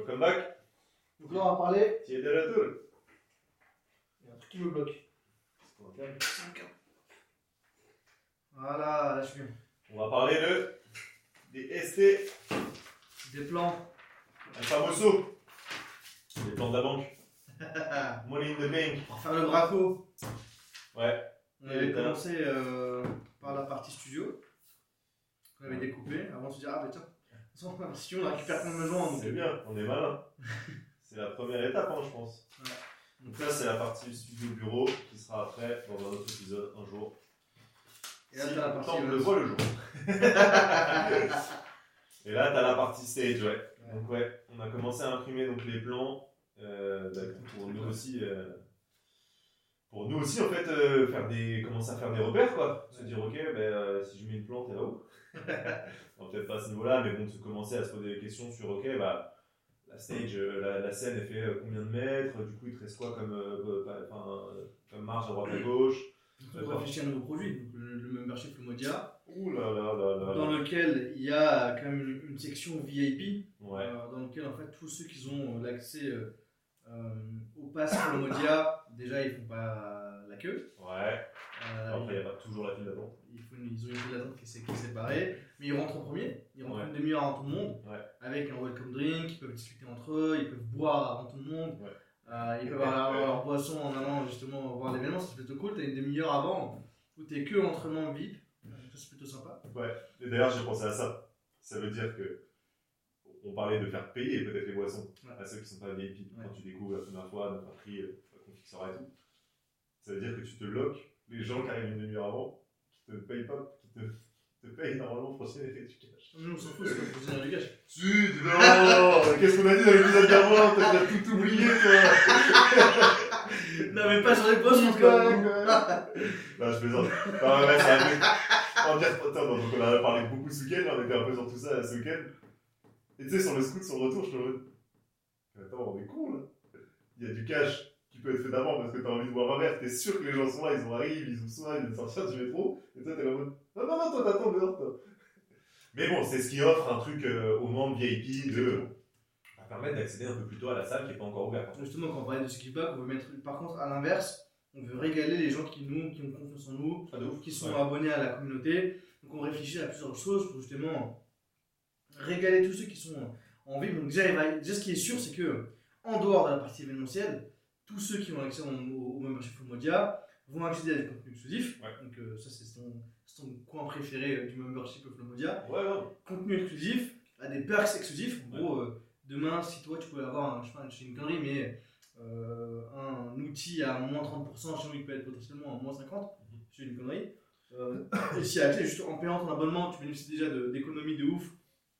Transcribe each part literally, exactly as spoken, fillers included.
Welcome back. Donc là, on va parler. Tu es de retour. Il y a un truc qui me bloque. Voilà, là je suis bien. On va parler de des S T, Des plans. un famoso, des plans de la banque, money in the bank. Pour faire le braco. Ouais. On avait Et commencé euh, par la partie studio. On avait découpé avant de se dire ah bah tiens, de toute façon, si on récupère plein de gens. C'est bien, on est malin. C'est la première étape, hein, je pense. Ouais. Donc là, c'est la partie studio bureau qui sera après dans un autre épisode un jour. Et là, si t'as la partie. on le voit le jour. Et là, t'as la partie stage, ouais. ouais. Donc ouais, on a commencé à imprimer donc les plans. Euh, bah, pour nous aussi, euh, pour nous aussi en fait, euh, faire des, commencer à faire des repères quoi. Se dire ok, ben euh, si je mets une plante, elle va où? Bon, peut-être pas à ce niveau-là, mais bon, de commencer à se poser des questions sur ok, bah la stage, euh, la, la scène, elle fait euh, combien de mètres? Du coup, il te reste quoi comme, euh, euh, comme marge à droite à gauche? On réfléchir à un nouveau produit, donc le, le membership Flomodia, Ouh là là là là. dans lequel il y a quand même une, une section V I P, ouais. euh, dans lequel en fait tous ceux qui ont l'accès euh, euh, au pass Flomodia, déjà ils font pas la queue. Ouais. Euh, Après, il n'y a pas toujours la file d'attente. Ils, font une, ils ont une file d'attente qui, qui est séparée, mais ils rentrent en premier, ils rentrent ouais. une demi-heure avant tout le monde, ouais. avec un welcome drink, ils peuvent discuter entre eux, ils peuvent boire avant tout le monde. Ouais. Euh, ils peuvent avoir leur, leur boisson en allant justement voir l'événement, c'est plutôt cool. T'as une demi-heure avant où t'es que entre membres V I P, c'est plutôt sympa. Ouais, et d'ailleurs j'ai pensé à ça. Ça veut dire que on parlait de faire payer peut-être les boissons ouais. à ceux qui sont pas V I P. Ouais. Quand tu découvres la première fois, donc un prix qu'on fixera et tout. Ça veut dire que tu te loques les gens qui arrivent une demi-heure avant, qui te payent pas, qui te, te payent normalement pour signer du cash. Nous on s'en fout, c'est pas pour signer du cash. Si, non. Qu'est-ce qu'on a dit dans l'épisode d'avant? T'as tout oublié toi. Non mais pas sur les boissons quand même. Non je plaisante. Non ouais, c'est un truc. On, dire, attends, donc on a parlé beaucoup ce week-end, on était un peu sur tout ça ce week-end. Et tu sais sur le scoot, sur le retour, je te dis attends on est con là. Il y a du cash qui peut être fait d'avant parce que t'as envie de boire un verre, t'es sûr que les gens sont là, ils en arrivent, ils ont soin, ils viennent sortir du métro, et toi t'es là en mode non non non toi t'attends dehors toi. Mais bon c'est ce qui offre un truc euh, aux membres V I P de permettre d'accéder un peu plus tôt à la salle qui n'est pas encore ouverte. Justement, quand on parlait de ce kickback, on veut mettre, par contre, à l'inverse, on veut régaler les gens qui nous, qui ont confiance en nous, ah, ouf, qui sont ouais. abonnés à la communauté. Donc on réfléchit à plusieurs choses pour justement régaler tous ceux qui sont en vie. Donc déjà, déjà, ce qui est sûr, c'est que en dehors de la partie événementielle, tous ceux qui ont accès au, au, au membership Flomodia vont accéder à des contenus exclusifs. Ouais. Donc euh, ça, c'est ton, ton coin préféré euh, du membership Flomodia. Ouais, ouais. Contenu exclusif, à des perks exclusifs. En ouais. gros, euh, demain, si toi tu pouvais avoir, un, je sais pas, une connerie, mais euh, un outil à moins trente pour cent, chez nous il peut être potentiellement à moins cinquante pour cent, c'est une connerie. Euh, et si à juste en payant ton abonnement, tu bénéficies déjà de, d'économies de ouf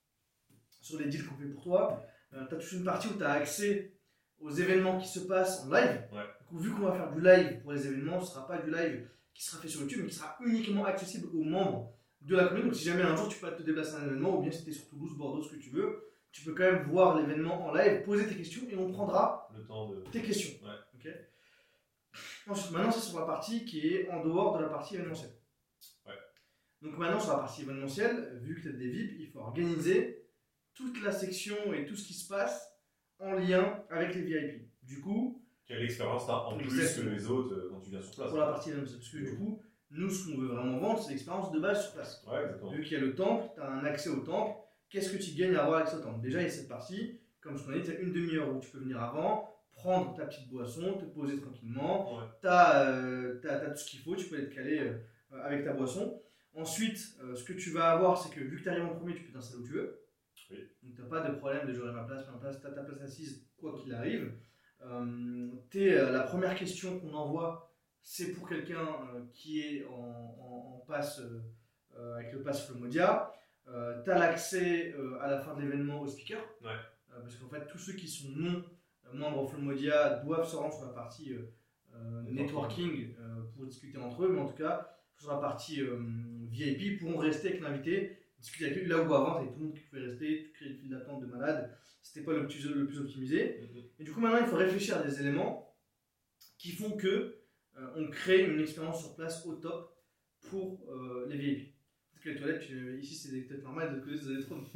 sur les deals qu'on fait pour toi. Euh, tu as toute une partie où tu as accès aux événements qui se passent en live. Ouais. Donc, vu qu'on va faire du live pour les événements, ce ne sera pas du live qui sera fait sur YouTube, mais qui sera uniquement accessible aux membres de la communauté. Donc si jamais un jour tu peux te déplacer à un événement, ou bien si tu es sur Toulouse, Bordeaux, ce que tu veux, tu peux quand même voir l'événement en live, poser tes questions et on prendra le temps de... tes questions. Ouais. Okay. Ensuite, maintenant, c'est sur la partie qui est en dehors de la partie événementielle. Ouais. Donc maintenant, sur la partie événementielle, vu que tu as des V I P, il faut organiser toute la section et tout ce qui se passe en lien avec les V I P. Du coup, quelle expérience tu as en plus que les autres euh, quand tu viens sur place? Pour la partie événementielle, parce que du coup, nous, ce qu'on veut vraiment vendre, c'est l'expérience de base sur place. Ouais, exactement. Vu qu'il y a le temple, tu as un accès au temple. Qu'est-ce que tu gagnes à avoir accès au temple? Déjà, il y a cette partie, comme je t'en ai dit, tu as une demi-heure où tu peux venir avant, prendre ta petite boisson, te poser tranquillement. Ouais. Tu as euh, tout ce qu'il faut, tu peux être calé euh, avec ta boisson. Ensuite, euh, ce que tu vas avoir, c'est que vu que tu arrives en premier, tu peux t'installer où tu veux. Oui. Donc, tu n'as pas de problème de j'aurai ma place, ma place, tu as ta place assise, quoi qu'il arrive. Euh, t'es, euh, la première question qu'on envoie, c'est pour quelqu'un euh, qui est en, en, en pass euh, avec le pass Flomodia. Euh, tu as l'accès euh, à la fin de l'événement au speaker. Ouais. Euh, parce qu'en fait, tous ceux qui sont non euh, membres Flomodia doivent se rendre sur la partie euh, euh, networking euh, pour discuter entre eux. Mais en tout cas, sur la partie euh, V I P, ils pourront rester avec l'invité, discuter avec lui. Là où avant, il y avait tout le monde qui pouvait rester, créer une file d'attente de malade. C'était pas le plus, le plus optimisé. Mm-hmm. Et du coup, maintenant, il faut réfléchir à des éléments qui font que euh, on crée une expérience sur place au top pour euh, les V I P. que les toilettes, tu... ici c'est des toilettes normales, de l'autre côté c'est des trônes.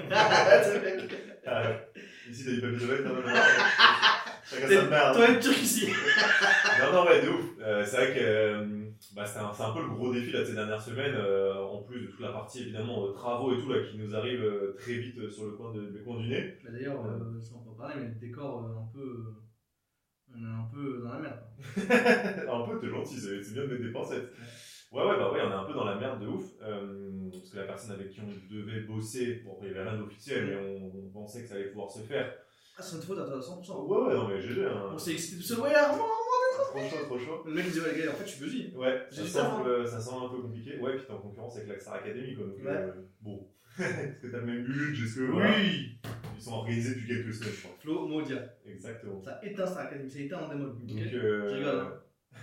Ah, ici t'as du papier toilette, non, non, non. Chacun sa merde. Toilette turque ici. Non, non, ouais, de ouf. Euh, c'est vrai que euh, bah, c'est, un, c'est un peu le gros défi là, de ces dernières semaines, euh, en plus de toute la partie évidemment euh, travaux et tout là, qui nous arrive euh, très vite euh, sur le coin, de, le coin du nez. Bah, d'ailleurs, euh, ça on peut en parler, mais le décor euh, un peu. Euh, on est un peu dans la merde. Un peu, t'es gentil, c'est, c'est bien de mettre des pincettes. Ouais, ouais, bah ouais, on est un peu dans la merde de ouf. Euh, parce que la personne avec qui on devait bosser, bon, il n'y avait rien d'officiel, mais on, on pensait que ça allait pouvoir se faire. Ah, c'est une faute à toi à cent pour cent. Ouais, ouais, non, mais G G. Hein. On s'est excité tout seul, ouais, Armand, Trop chaud, trop chaud. le mec il dit, ouais, les gars, en fait, je suis busy. Ouais, ça J'ai semble, ça semble un peu compliqué. Ouais, puis t'es en concurrence avec l'Axar Academy, quoi. Donc, Ouais. euh, bon. Est-ce que t'as le même budget? Est-ce que. Oui Voilà. Ils sont organisés depuis quelques semaines, je crois. Flo, Modia. Exactement. Ça éteint Star Academy, ça éteint en démon. Donc, Okay. euh... Je rigole, hein.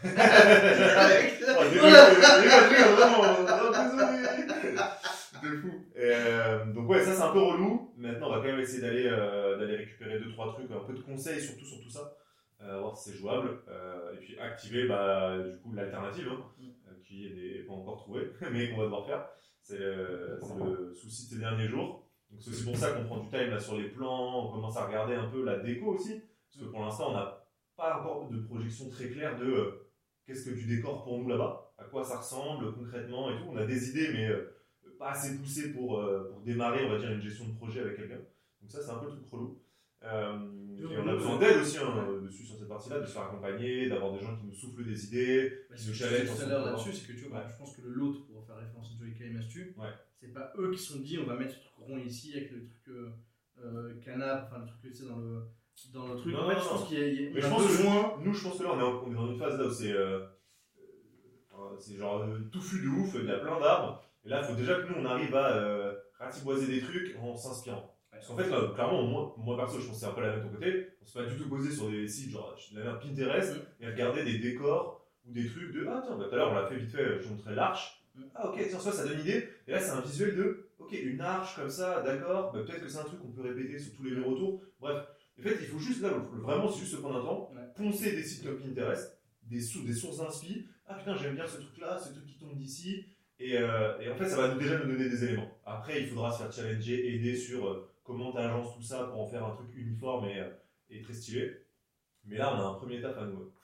oh, désolé, désolé, désolé, vraiment, désolé. De fou. Et, euh, donc ouais, ça c'est un peu relou. Maintenant, on va quand même essayer d'aller euh, d'aller récupérer deux trois trucs, un peu de conseils surtout sur tout ça, euh, voir si c'est jouable, euh, et puis activer bah du coup l'alternative hein, euh, qui n'est pas encore trouvée, mais qu'on va devoir faire. C'est le, c'est le souci de ces derniers jours. Donc c'est aussi pour ça qu'on prend du time là sur les plans, on commence à regarder un peu la déco aussi, parce que pour l'instant on n'a pas encore de projection très claire de euh, qu'est-ce que du décor pour nous là-bas, à quoi ça ressemble concrètement et tout. On a des idées, mais euh, pas assez poussées pour, euh, pour démarrer, on va dire, une gestion de projet avec quelqu'un. Donc ça, c'est un peu le truc relou. Euh, et on a besoin d'aide aussi hein, dessus sur cette partie-là, de se faire accompagner, d'avoir des gens qui nous soufflent des idées, bah, qui nous challenge. challengent. Tout à l'heure là-dessus, c'est que tu vois, ouais. Je pense que le lot, pour faire référence à Joey K et Mastu, ouais. c'est pas eux qui se sont dit on va mettre ce truc rond ici avec le truc euh, euh, canap, enfin le truc tu sais dans le dans le truc. Non, en fait, non, je non. pense qu'il y a, il y a Mais on je a pense besoin. Que nous, je pense que là, on est, en, on est dans une phase là où c'est euh, euh, c'est genre euh, touffu de ouf, il y a plein d'arbres. Et là, il faut déjà que nous, on arrive à euh, ratiboiser des trucs en s'inspirant. Parce qu'en fait, là, clairement, moi, moi perso, je pense que c'est un peu la même de ton côté. On s'est pas du tout posé sur des sites, genre, je l'avais un Pinterest, mmh. et regarder des décors ou des trucs de ah, tiens, bah, tout à l'heure, on l'a fait vite fait, je montrais l'arche. Mmh. Ah, ok, tiens, ça, ça donne une idée. Et là, c'est un visuel de ok, une arche comme ça, d'accord, bah, peut-être que c'est un truc qu'on peut répéter sur tous les murs autour. Bref, en fait, il faut juste, là, vraiment, c'est juste se prendre un temps, ouais. poncer des sites comme Pinterest, des, sou- des sources d'inspi. Ah, putain, j'aime bien ce truc-là, ce truc qui tombe d'ici. Et, euh, et en fait, ça va nous, déjà nous donner des éléments. Après, il faudra se faire challenger, aider sur euh, comment tu agences tout ça pour en faire un truc uniforme et, euh, et très stylé. Mais là, on a un premier étape à nous.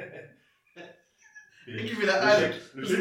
Et qui fait la hache, le chef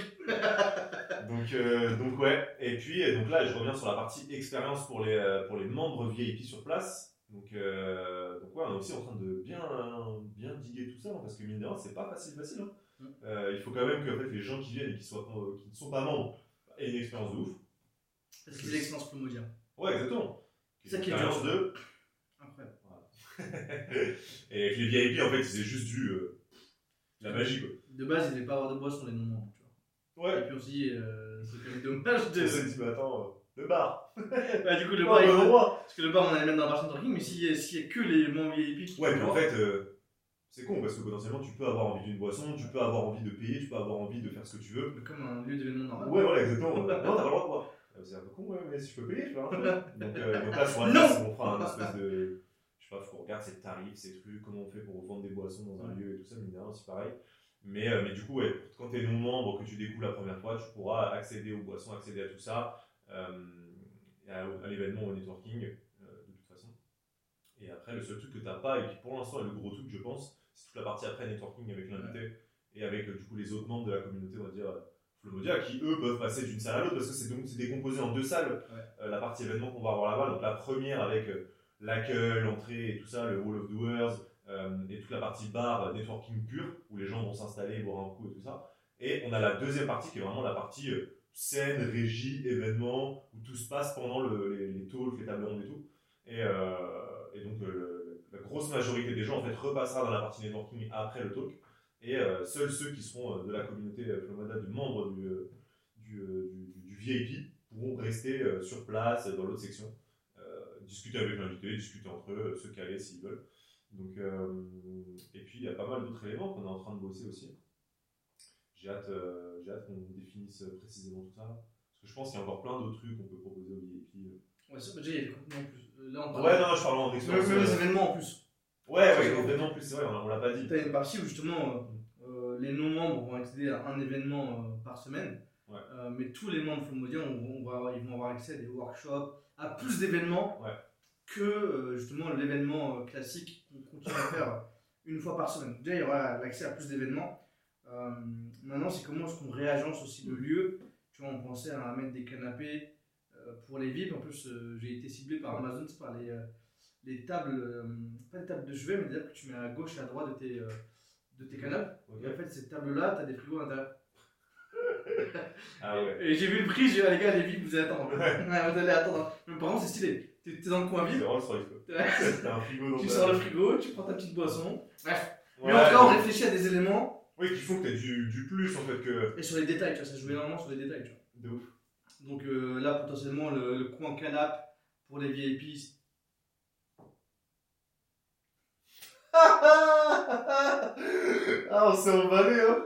donc, euh, donc ouais. Et puis, donc là, je reviens sur la partie expérience pour les, euh, pour les membres V I P sur place. Donc, euh, donc ouais, on est aussi en train de bien, bien diguer tout ça, hein, parce que mine de rien, c'est pas facile, facile. Hein. Euh, il faut quand même que en fait, les gens qui viennent et qui, soient, euh, qui ne sont pas membres aient une expérience de ouf. Parce que c'est l'expérience Plomodia. Ouais, exactement. C'est ça qui est dur. De... Après. Voilà. Et avec les V I P, en fait, c'est juste du euh, la magie, quoi. De base, ils n'allaient pas avoir de boisson les non-membres, tu vois. Ouais. Et puis on s'est dit, euh, c'est quand même dommage de. On s'est dit, bah attends, euh, le bar. Bah, du coup, le oh, bar. Le il... droit. Parce que le bar, on allait mettre dans un bar networking, mais s'il n'y a que les membres V I P qui. Ouais, mais en fait. Euh... C'est con parce que potentiellement tu peux avoir envie d'une boisson, tu peux avoir envie de payer, tu peux avoir envie de faire ce que tu veux. Comme un lieu d'événement normal. Ouais, voilà, exactement. Non, t'as pas le droit de boire. C'est un peu con, ouais, mais si je peux payer, je fais un truc. Donc, euh, donc là, sur la place, on fera un espèce de. Je sais pas, faut qu'on regarde ces tarifs, ces trucs, comment on fait pour vendre des boissons dans un lieu et tout ça, mine de rien, c'est pareil. Mais, euh, mais du coup, ouais, quand t'es non-membre, que tu découvres la première fois, tu pourras accéder aux boissons, accéder à tout ça, euh, à, à l'événement, au networking, euh, de toute façon. Et après, le seul truc que t'as pas et qui pour l'instant est le gros truc, je pense, c'est toute la partie après networking avec l'invité ouais. et avec du coup les autres membres de la communauté, on va dire Flomodia, qui eux peuvent passer d'une salle à l'autre parce que c'est, donc, c'est décomposé en deux salles. Ouais. Euh, la partie événement qu'on va avoir là-bas, donc la première avec euh, l'accueil, l'entrée et tout ça, le Hall of Doers euh, et toute la partie bar euh, networking pur où les gens vont s'installer, boire un coup et tout ça. Et on a la deuxième partie qui est vraiment la partie euh, scène, régie, événement où tout se passe pendant le, les, les talks, les tables rondes et tout. Et, euh, et donc euh, la grosse majorité des gens en fait repassera dans la partie networking après le talk et euh, seuls ceux qui seront euh, de la communauté euh, Flomodia, du membre du, euh, du, euh, du, du V I P pourront rester euh, sur place dans l'autre section, euh, discuter avec l'invité, discuter entre eux, se caler s'ils veulent. Donc, euh, et puis il y a pas mal d'autres éléments qu'on est en train de bosser aussi. J'ai hâte, euh, j'ai hâte qu'on définisse précisément tout ça parce que je pense qu'il y a encore plein d'autres trucs qu'on peut proposer aux V I P. Ouais, ça, déjà, il y a des contenus en plus. Là, on parle... Ouais, non, je parle en expérience. Même les événements en plus. Ouais, ouais, les événements en plus, c'est vrai, on, on l'a pas dit. T'as une partie où justement euh, euh, les non-membres vont accéder à un événement euh, par semaine. Ouais. Euh, mais tous les membres de Flomodia, on, on va, ils vont avoir accès à des workshops, à plus d'événements ouais. que euh, justement l'événement euh, classique qu'on continue à faire une fois par semaine. Déjà, il y aura l'accès à plus d'événements. Euh, maintenant, c'est comment est-ce qu'on réagence aussi le lieu. Tu vois, on pensait à mettre des canapés euh, pour les V I P. En plus, euh, j'ai été ciblé par Amazon, c'est par les, euh, les tables, euh, pas les tables de chevet, mais des tables que tu mets à gauche et à droite de tes, euh, de tes canapes. Okay. Et en fait, ces tables-là, tu as des frigos à l'intérieur. Ah ouais. Et j'ai vu le prix, j'ai dit, ah, les gars, les V I P, vous allez attendre. Ouais, vous allez attendre. Mais par contre, c'est stylé. T'es, t'es dans le coin V I P. C'est Rolls Royce, quoi. T'as un frigo dans tu ta... sors le frigo, tu prends ta petite boisson. Bref. Ouais, mais en tout cas, on ouais. réfléchit à des éléments. Oui, qu'il faut que t'aies du, du plus en fait que. Et sur les détails, tu vois, ça joue énormément sur les détails, tu vois. De ouf. Donc euh, là, potentiellement, le, le coin canapé pour les V I P. Ah, on s'est emballé, hein.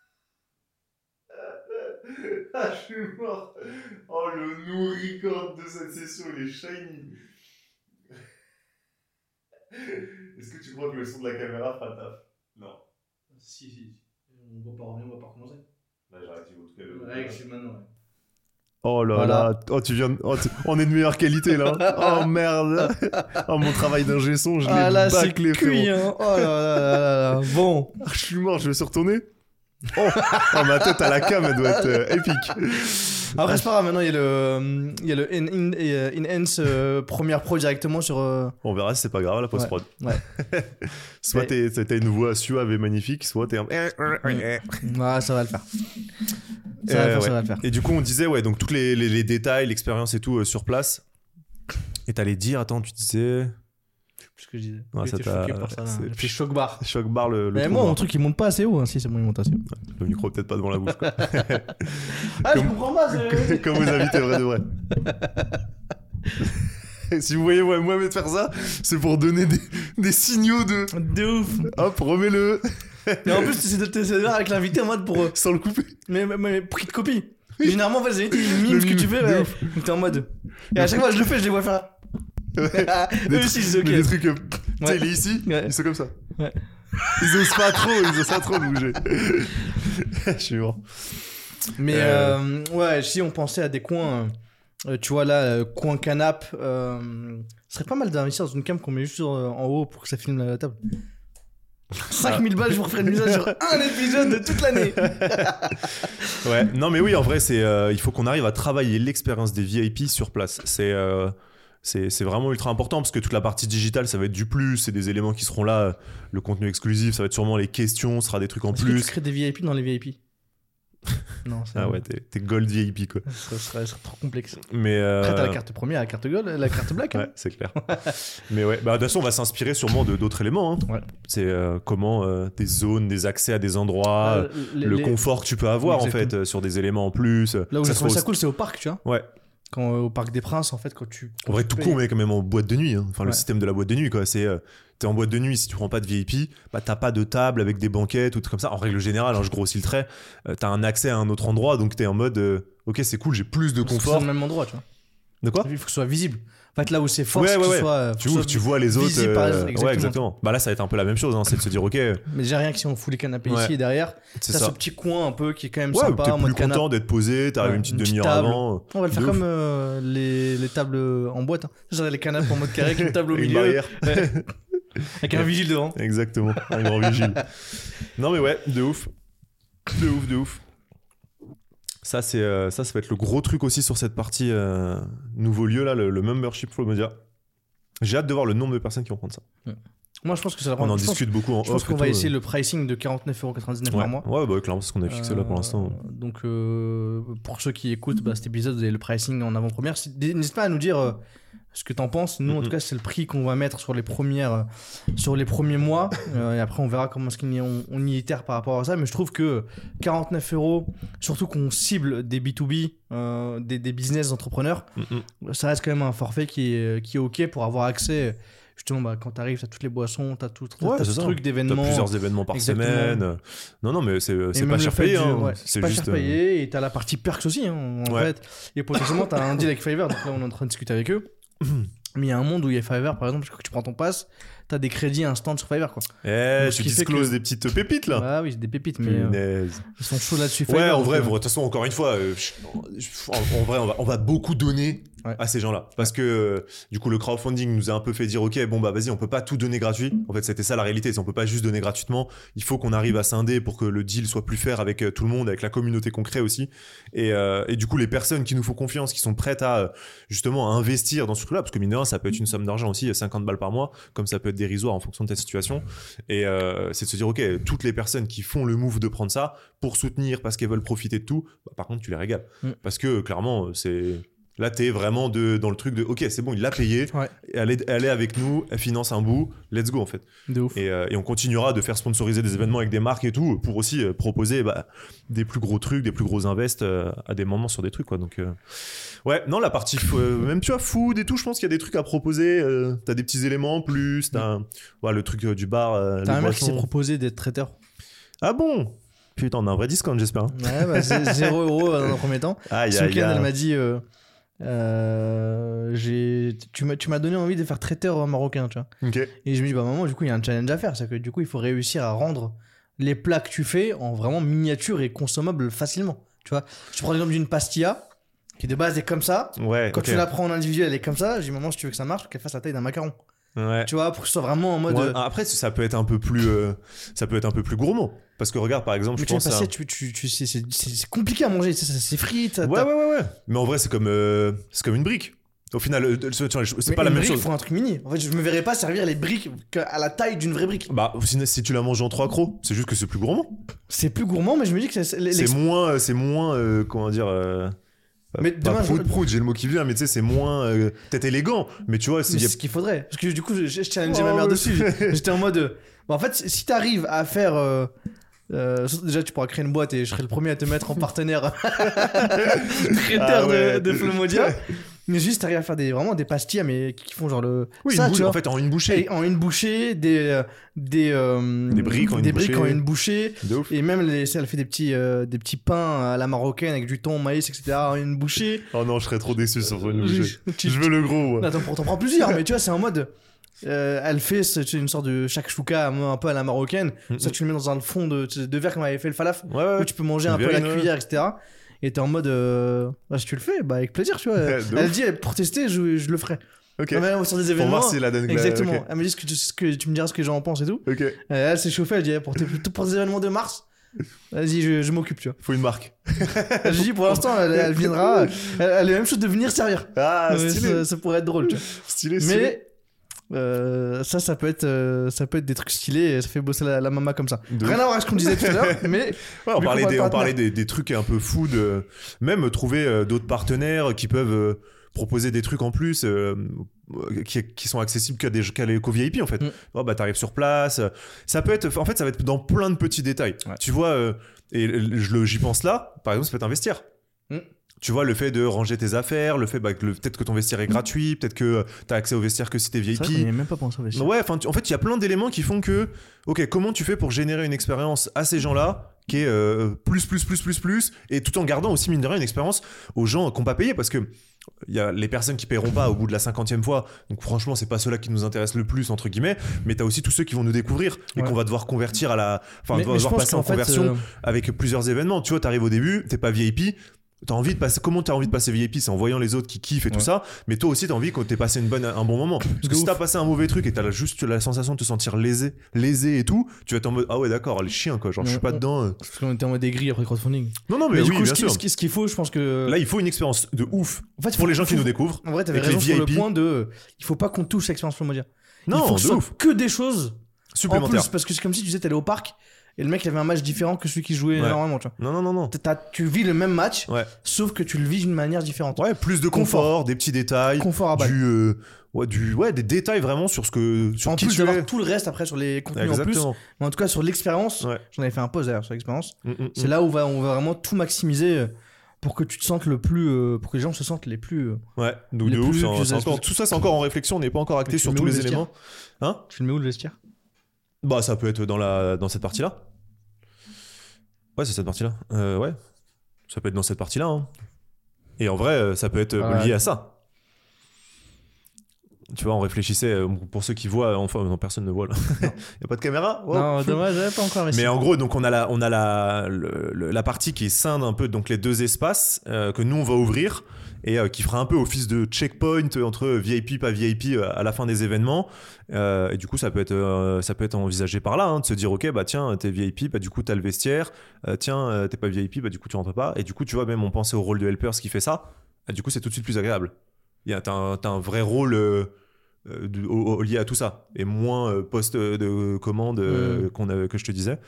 Ah, je suis mort. Oh, le nourricord de cette session, il est shiny. Est-ce que tu crois que le son de la caméra fera le taf? Non. Si, si. On va pas revenir, on va pas recommencer. Là, j'arrête, en tout cas. Le... Réactive maintenant, ouais. Oh là Voilà. là, oh, tu viens de... oh, tu... on est de meilleure qualité là. Oh merde. Oh, mon travail d'ingé son, je l'ai Ah là, c'est bâclé, cuit, frérot. hein. Oh là là là là là. Bon. Ah, je suis mort, je vais se retourner. Oh, oh, ma tête à la cam, elle doit être euh, épique. Après, c'est pas grave, maintenant il y a le, il y a le in, in, euh, Enhance euh, Premiere Pro directement sur. Euh... On verra si c'est pas grave la post-prod. Ouais. Soit Mais... t'es, t'as une voix suave et magnifique, soit t'es un. Ouais, ça va le faire. Ça, Euh, va, le faire, ouais. ça va le faire. Et du coup, on disait, ouais, donc tous les, les, les détails, l'expérience et tout euh, sur place. Et t'allais dire, attends, tu disais. Ce que je disais. Ouais, J'ai ça été t'a- choqué par ça. là. c'est- J'ai fait choc bar. Choc bar le, le Mais trou moi, noir. mon truc il monte pas assez haut. Hein. Si, c'est bon, il monte assez haut. Le micro peut-être pas devant la bouche, quoi. Ah, je Comme- comprends pas. C'est... Comme vous invités, vrai de vrai. Si vous voyez ouais, Mohamed faire ça, c'est pour donner des, des signaux de. De ouf. Hop, remets-le. Et en plus, c'est de te là avec l'invité en mode pour. euh, Sans le couper. Mais, mais, mais prix de copie. Généralement, en fait, les invités, ils miment Le ce que tu mime, fais. de Ouais. ouf. Donc t'es en mode. Et à chaque fois, je le fais, je les vois faire. Ouais. Eux aussi, c'est ok. Mais des trucs. euh, Tu sais, Ouais. il est ici, Ouais. ils sont comme ça. Ouais. Ils osent pas trop, ils osent pas trop de bouger. Je suis mort. Mais Euh. euh, ouais, si on pensait à des coins, euh, tu vois là, euh, coin canap, euh, ce serait pas mal d'investir dans une cam qu'on met juste sur, euh, en haut pour que ça filme la table. cinq mille balles, je vous referai une mise à jour un épisode de toute l'année. Ouais, non mais oui, en vrai, c'est, euh, il faut qu'on arrive à travailler l'expérience des V I P sur place. C'est, euh, c'est, c'est vraiment ultra important parce que toute la partie digitale, ça va être du plus, c'est des éléments qui seront là, le contenu exclusif, ça va être sûrement les questions, ce sera des trucs en Est-ce que plus. tu crées des V I P dans les V I P? Non, c'est Ah ouais, t'es, t'es gold V I P quoi. ça serait, ça serait trop complexe. Mais euh... Après, t'as la carte première, la carte gold, la carte black. Hein. Ouais, c'est clair. Mais ouais, bah de toute façon, on va s'inspirer sûrement de d'autres éléments. Hein. Ouais. C'est euh, comment euh, des zones, des accès à des endroits, Euh, les- le les- confort que tu peux avoir en Exactement. fait euh, sur des éléments en plus. Là où ça j'ai se trouvé fait ça cool, c'est au parc, tu vois. Ouais. Quand, euh, au Parc des Princes, en fait, quand tu. En vrai, tu tout payes- con, mais quand même en boîte de nuit. Hein. Enfin, le Ouais. système de la boîte de nuit, quoi. C'est, euh, t'es en boîte de nuit, si tu prends pas de V I P, bah t'as pas de table avec des banquettes ou tout comme ça. En règle générale, hein, je grossis le trait, euh, t'as un accès à un autre endroit, donc t'es en mode, euh, ok, c'est cool, j'ai plus de Parce que c'est confort. dans le même endroit, tu vois. De quoi? Il faut que ce soit visible. En fait, là où c'est fort, Ouais, c'est que ouais, ce ouais. soit. euh, faut Tu que ce vois, soit tu vois les autres. visible par les euh, autres, ouais, exactement. exactement. Bah là, ça va être un peu la même chose, hein, c'est de se dire, ok, Mais déjà rien que si on fout les canapés Ouais. ici et derrière, c'est t'as ça. ce petit coin un peu qui est quand même Ouais, sympa t'es en plus mode canapé. content d'être posé, t'arrives Ouais, une petite une petite demi-heure table. avant. On va le faire De comme ouf. euh, les, les tables en boîte. Hein. Genre les canapes en mode carré avec une table au Avec une milieu. barrière. Ouais. Avec un vigile devant. Exactement, un grand vigile. Non mais ouais, de ouf. De ouf, de ouf. Ça, c'est, euh, ça, ça va être le gros truc aussi sur cette partie euh, nouveau lieu, là, le, le membership Flomodia. J'ai hâte de voir le nombre de personnes qui vont prendre ça. Moi, je pense que ça va On en je pense- discute beaucoup en Je pense off. qu'on et va tout, essayer euh. le pricing de quarante-neuf euros quatre-vingt-dix-neuf Ouais, par mois. ouais bah, clairement, c'est ce qu'on a fixé là pour l'instant. Euh, Donc, euh, pour ceux qui écoutent bah, cet épisode, vous avez le pricing en avant-première. Si- N'hésite pas à nous dire euh, ce que t'en penses. Nous, en Mhm. tout cas, c'est le prix qu'on va mettre sur les premières, euh, sur les premiers mois. Euh, et après, on verra comment est-ce qu'on y, on, on y itère par rapport à ça. Mais je trouve que quarante-neuf euros, surtout qu'on cible des B deux B, euh, des, des business entrepreneurs, Mm, mm. ça reste quand même un forfait qui est, qui est OK pour avoir accès. Justement, bah, quand t'arrives, t'as toutes les boissons, t'as tout t'as, Ouais, t'as c'est ce ça. truc T'as d'événements. plusieurs événements par Exactement. semaine. Non, non, mais c'est, Et c'est même pas le cher fait payé. du- Hein. ouais, c'est c'est pas juste. cher euh, payé et t'as la partie perks aussi hein, en Ouais. fait. Et potentiellement t'as un deal avec Fiverr, donc là on est en train de discuter avec eux. Mais il y a un monde où il y a Fiverr, par exemple, quand tu prends ton pass, t'as des crédits instant sur Fiverr, quoi. Eh, Donc, ce tu qui fait discloses que- des petites pépites là. Ah oui, c'est des pépites, mais euh, Punaise. ils sont chauds là-dessus. Ouais, Fiverr, en donc, vrai, euh, de toute façon, encore une fois, euh, je- je- en, en vrai, on va, on va beaucoup donner Ouais. à ces gens-là. Parce que, euh, du coup, le crowdfunding nous a un peu fait dire, ok, bon, bah, vas-y, on peut pas tout donner gratuit. En fait, c'était ça la réalité. C'est on peut pas juste donner gratuitement. Il faut qu'on arrive à scinder pour que le deal soit plus fair avec euh, tout le monde, avec la communauté qu'on crée aussi. Et, euh, et du coup, les personnes qui nous font confiance, qui sont prêtes à, euh, justement, à investir dans ce truc-là, parce que mine de rien, ça peut être une somme d'argent aussi, cinquante balles par mois, comme ça peut être dérisoire en fonction de ta situation. Et euh, c'est de se dire, ok, toutes les personnes qui font le move de prendre ça pour soutenir parce qu'elles veulent profiter de tout, bah, par contre, tu les régales. Mm. Parce que clairement, c'est. Là, t'es vraiment de, dans le truc de, ok, c'est bon, il l'a payé, Ouais. elle est, elle est avec nous, elle finance un bout, let's go en fait. De ouf. Et, euh, et on continuera de faire sponsoriser des événements avec des marques et tout, pour aussi euh, proposer bah, des plus gros trucs, des plus gros invests euh, à des moments sur des trucs, quoi. Donc, euh, ouais, non, la partie, euh, même tu vois, food et tout, je pense qu'il y a des trucs à proposer. Euh, t'as des petits éléments en plus, t'as un- ouais, le truc euh, du bar, euh, T'as les un mec qui s'est boissons. proposé d'être traiteur. Ah bon? Putain, on a un vrai discount, j'espère. hein. Ouais, bah, c'est zéro euro dans un premier temps. Aïe, Ce aïe, week-end, elle aïe. m'a dit euh, euh, j'ai- tu m'as tu m'as donné envie de faire traiteur marocain, tu vois. Ok. Et je me dis, bah maman, du coup, il y a un challenge à faire. C'est que du coup, il faut réussir à rendre les plats que tu fais en vraiment miniature et consommables facilement. Tu vois, je prends l'exemple d'une pastilla qui de base est comme ça. Ouais, Quand ok. tu la prends en individuel, elle est comme ça. Je dis, maman, si tu veux que ça marche, faut qu'elle fasse la taille d'un macaron. Ouais. Tu vois, pour que ce soit vraiment en mode. Ouais, euh, après, ça peut être un peu plus, euh, ça peut être un peu plus gourmand. Parce que regarde, par exemple, mais je tu vois, pense à. pastilla, tu, tu, tu, c'est- c'est c'est- c'est compliqué à manger. tu sais, ça- C'est frites. Ouais, ouais, ouais, ouais. Mais en vrai, c'est comme, euh, c'est comme une brique. Au final, euh, tu vois, c'est pas la même chose. Il faut un truc mini. En fait, je me verrais pas servir les briques à la taille d'une vraie brique. Bah, si, si tu la manges en trois crocs, c'est juste que c'est plus gourmand. C'est plus gourmand, mais je me dis que c'est. C'est moins, euh, c'est moins, euh, comment dire. Euh, Mais pas demain, je- prout prout, j'ai le mot qui vient, mais tu sais, c'est moins, euh, peut-être élégant. Mais tu vois, Mais c'est. c'est ce qu'il faudrait. Parce que du coup, je, je challengeais Oh, ma mère ouais. dessus. J'étais en mode. euh, bah, en fait, si t'arrives à faire. euh, euh, surtout déjà, tu pourras créer une boîte et je serai le premier à te mettre en partenaire traiteur Ah ouais. de, de Flomodia. Mais juste, t'arrives à faire des, vraiment des pastilles, mais qui font genre le. Oui, ça, une bouche- tu vois. en fait, en une bouchée. Et en une bouchée, des. euh, des, euh, Des briques en une des briques bouchée. en une bouchée. De ouf. Et même, les, elle fait des petits, euh, des petits pains à la marocaine avec du thon, maïs, et cetera. En une bouchée. Oh non, je serais trop déçu sur une bouchée. Tu- Je veux le gros. ouais. Attends, t'en prends plusieurs, mais tu vois, c'est en mode. euh, elle fait c'est une sorte de shakshuka un peu à la marocaine. Mhm. Ça, tu le mets dans un fond de, de verre comme avait fait le falaf, Ouais, ouais. où tu peux manger Une un peu à la verrine, ouais. cuillère, et cetera. Et t'es en mode. euh, bah, si tu le fais, bah, avec plaisir, tu vois. Ouais, de Elle ouf. dit, pour tester, je, je le ferai. Ok. Non, mais sur des Pour événements. voir si la donne. Exactement. Ok. Elle me dit ce que tu, ce que tu me diras ce que j'en pense et tout. Ok. Euh, elle s'est chauffée, elle dit, pour, tes- pour des événements de mars, vas-y, je, je m'occupe, tu vois. Faut une marque. Je dis, pour l'instant, elle, elle viendra. Elle, elle a la même chose de venir servir. Ah, Ouais, stylé. ça, ça pourrait être drôle, tu vois. Stylé, stylé. Mais euh, ça, ça peut être, euh, ça peut être des trucs stylés et ça fait bosser la, la mama comme ça. De Rien ouf. à voir avec ce qu'on disait tout à l'heure, mais Ouais, on Vu parlait, qu'on des, parle on parlait partenaire. des, des trucs un peu food, euh, même trouver euh, d'autres partenaires qui peuvent euh, proposer des trucs en plus euh, qui, qui sont accessibles qu'à des qu'à les qu'aux V I P en fait. Mm. Oh, bah t'arrives sur place, euh, ça peut être, en fait ça va être dans plein de petits détails. Ouais. Tu vois, euh, et je le- j'y pense là, par exemple ça peut être un vestiaire. Mm. Tu vois, le fait de ranger tes affaires, le fait bah, que le- peut-être que ton vestiaire est gratuit, peut-être que tu as accès au vestiaire que si t'es V I c'est vrai qu'on P. n'y a même pas pensé au vestiaire. Ouais, enfin, tu- en fait, il y a plein d'éléments qui font que, ok, comment tu fais pour générer une expérience à ces gens-là qui est euh, plus, plus, plus, plus, plus, et tout en gardant aussi, mine de rien, une expérience aux gens qui n'ont pas payé, parce que il y a les personnes qui paieront pas au bout de la cinquantième fois, donc franchement, c'est pas ceux-là qui nous intéressent le plus, entre guillemets, mais t'as aussi tous ceux qui vont nous découvrir et Ouais. qu'on va devoir convertir à la. Enfin, Mais- on va mais je devoir pense passer en qu'en fait, conversion euh, avec plusieurs événements. Tu vois, t'arrives au début, t'es pas V I P. T'as envie de passer, comment t'as envie de passer V I P, c'est en voyant les autres qui kiffent et tout Ouais. ça, mais toi aussi t'as envie que t'aies passé une bonne, un bon moment. Parce que De si ouf. t'as passé un mauvais truc et t'as juste la sensation de te sentir lésé, lésé et tout, tu vas être en mode ah ouais d'accord, les chiens quoi, genre je suis Ouais, pas on- dedans. euh. Parce qu'on était en mode aigri après le crowdfunding. Non non mais, Mais, oui du coup, bien ce qui- sûr. ce qui- ce qu'il faut, je pense que. Là il faut une expérience de ouf en fait, pour les gens qui faut- nous découvrent. En vrai, t'avais avec les raison sur le V I P. point de. Il faut pas qu'on touche l'expérience Flomodia. Il Non faut que de ce soit ouf, que des choses en supplémentaire. plus. Parce que c'est comme si tu disais, t'allais au parc et le mec il avait un match différent que celui qui jouait Ouais. normalement, tu vois. Non non non non. T'as- tu vis le même match, Ouais sauf que tu le vis d'une manière différente. ouais plus de confort, Confort. des petits détails, Confort à balle. du euh, ouais du ouais des détails vraiment sur ce que sur En qui plus tu d'avoir es. tout le reste après sur les contenus en plus. Exactement. Mais en tout cas, sur l'expérience, Ouais. j'en avais fait un post d'ailleurs sur l'expérience. Mm, mm, C'est mm. là où on va, on va vraiment tout maximiser euh, pour que tu te sentes le plus. euh, pour que les gens se sentent les plus. euh, Ouais, donc Les de ouf, plus- c'est en- plus c'est encore, aspects. tout ça c'est encore en réflexion, on n'est pas encore acté Mais tu sur le tous mets où, les le éléments. Hein Tu le mets où le vestiaire? Bah ça peut être dans la dans cette partie-là. Ouais, c'est cette partie-là. Euh, ouais, ça peut être dans cette partie-là. hein. Et en vrai, euh, ça peut être euh, Ouais. lié à ça. tu vois, on réfléchissait, euh, pour ceux qui voient, enfin, non, personne ne voit là. Il n'y a pas de caméra. Wow. Non, dommage, j'avais pas encore réussi. Mais en gros, donc on a la, on a la, le- le- la partie qui scinde un peu donc les deux espaces euh, que nous on va ouvrir et euh, qui fera un peu office de checkpoint entre V I P pas V I P euh, à la fin des événements. Euh, et du coup, ça peut être, euh, ça peut être envisagé par là, hein, de se dire ok, bah tiens, t'es V I P, bah du coup t'as le vestiaire. Euh, tiens, euh, t'es pas V I P, bah du coup tu rentres pas. Et du coup, tu vois, même on pensait au rôle de helpers qui fait ça. Et du coup, c'est tout de suite plus agréable. Il y a, t'as, un, t'as un vrai rôle euh, euh, de- au- au- lié à tout ça et moins euh, poste de commande euh, Mm. qu'on a, que je te disais.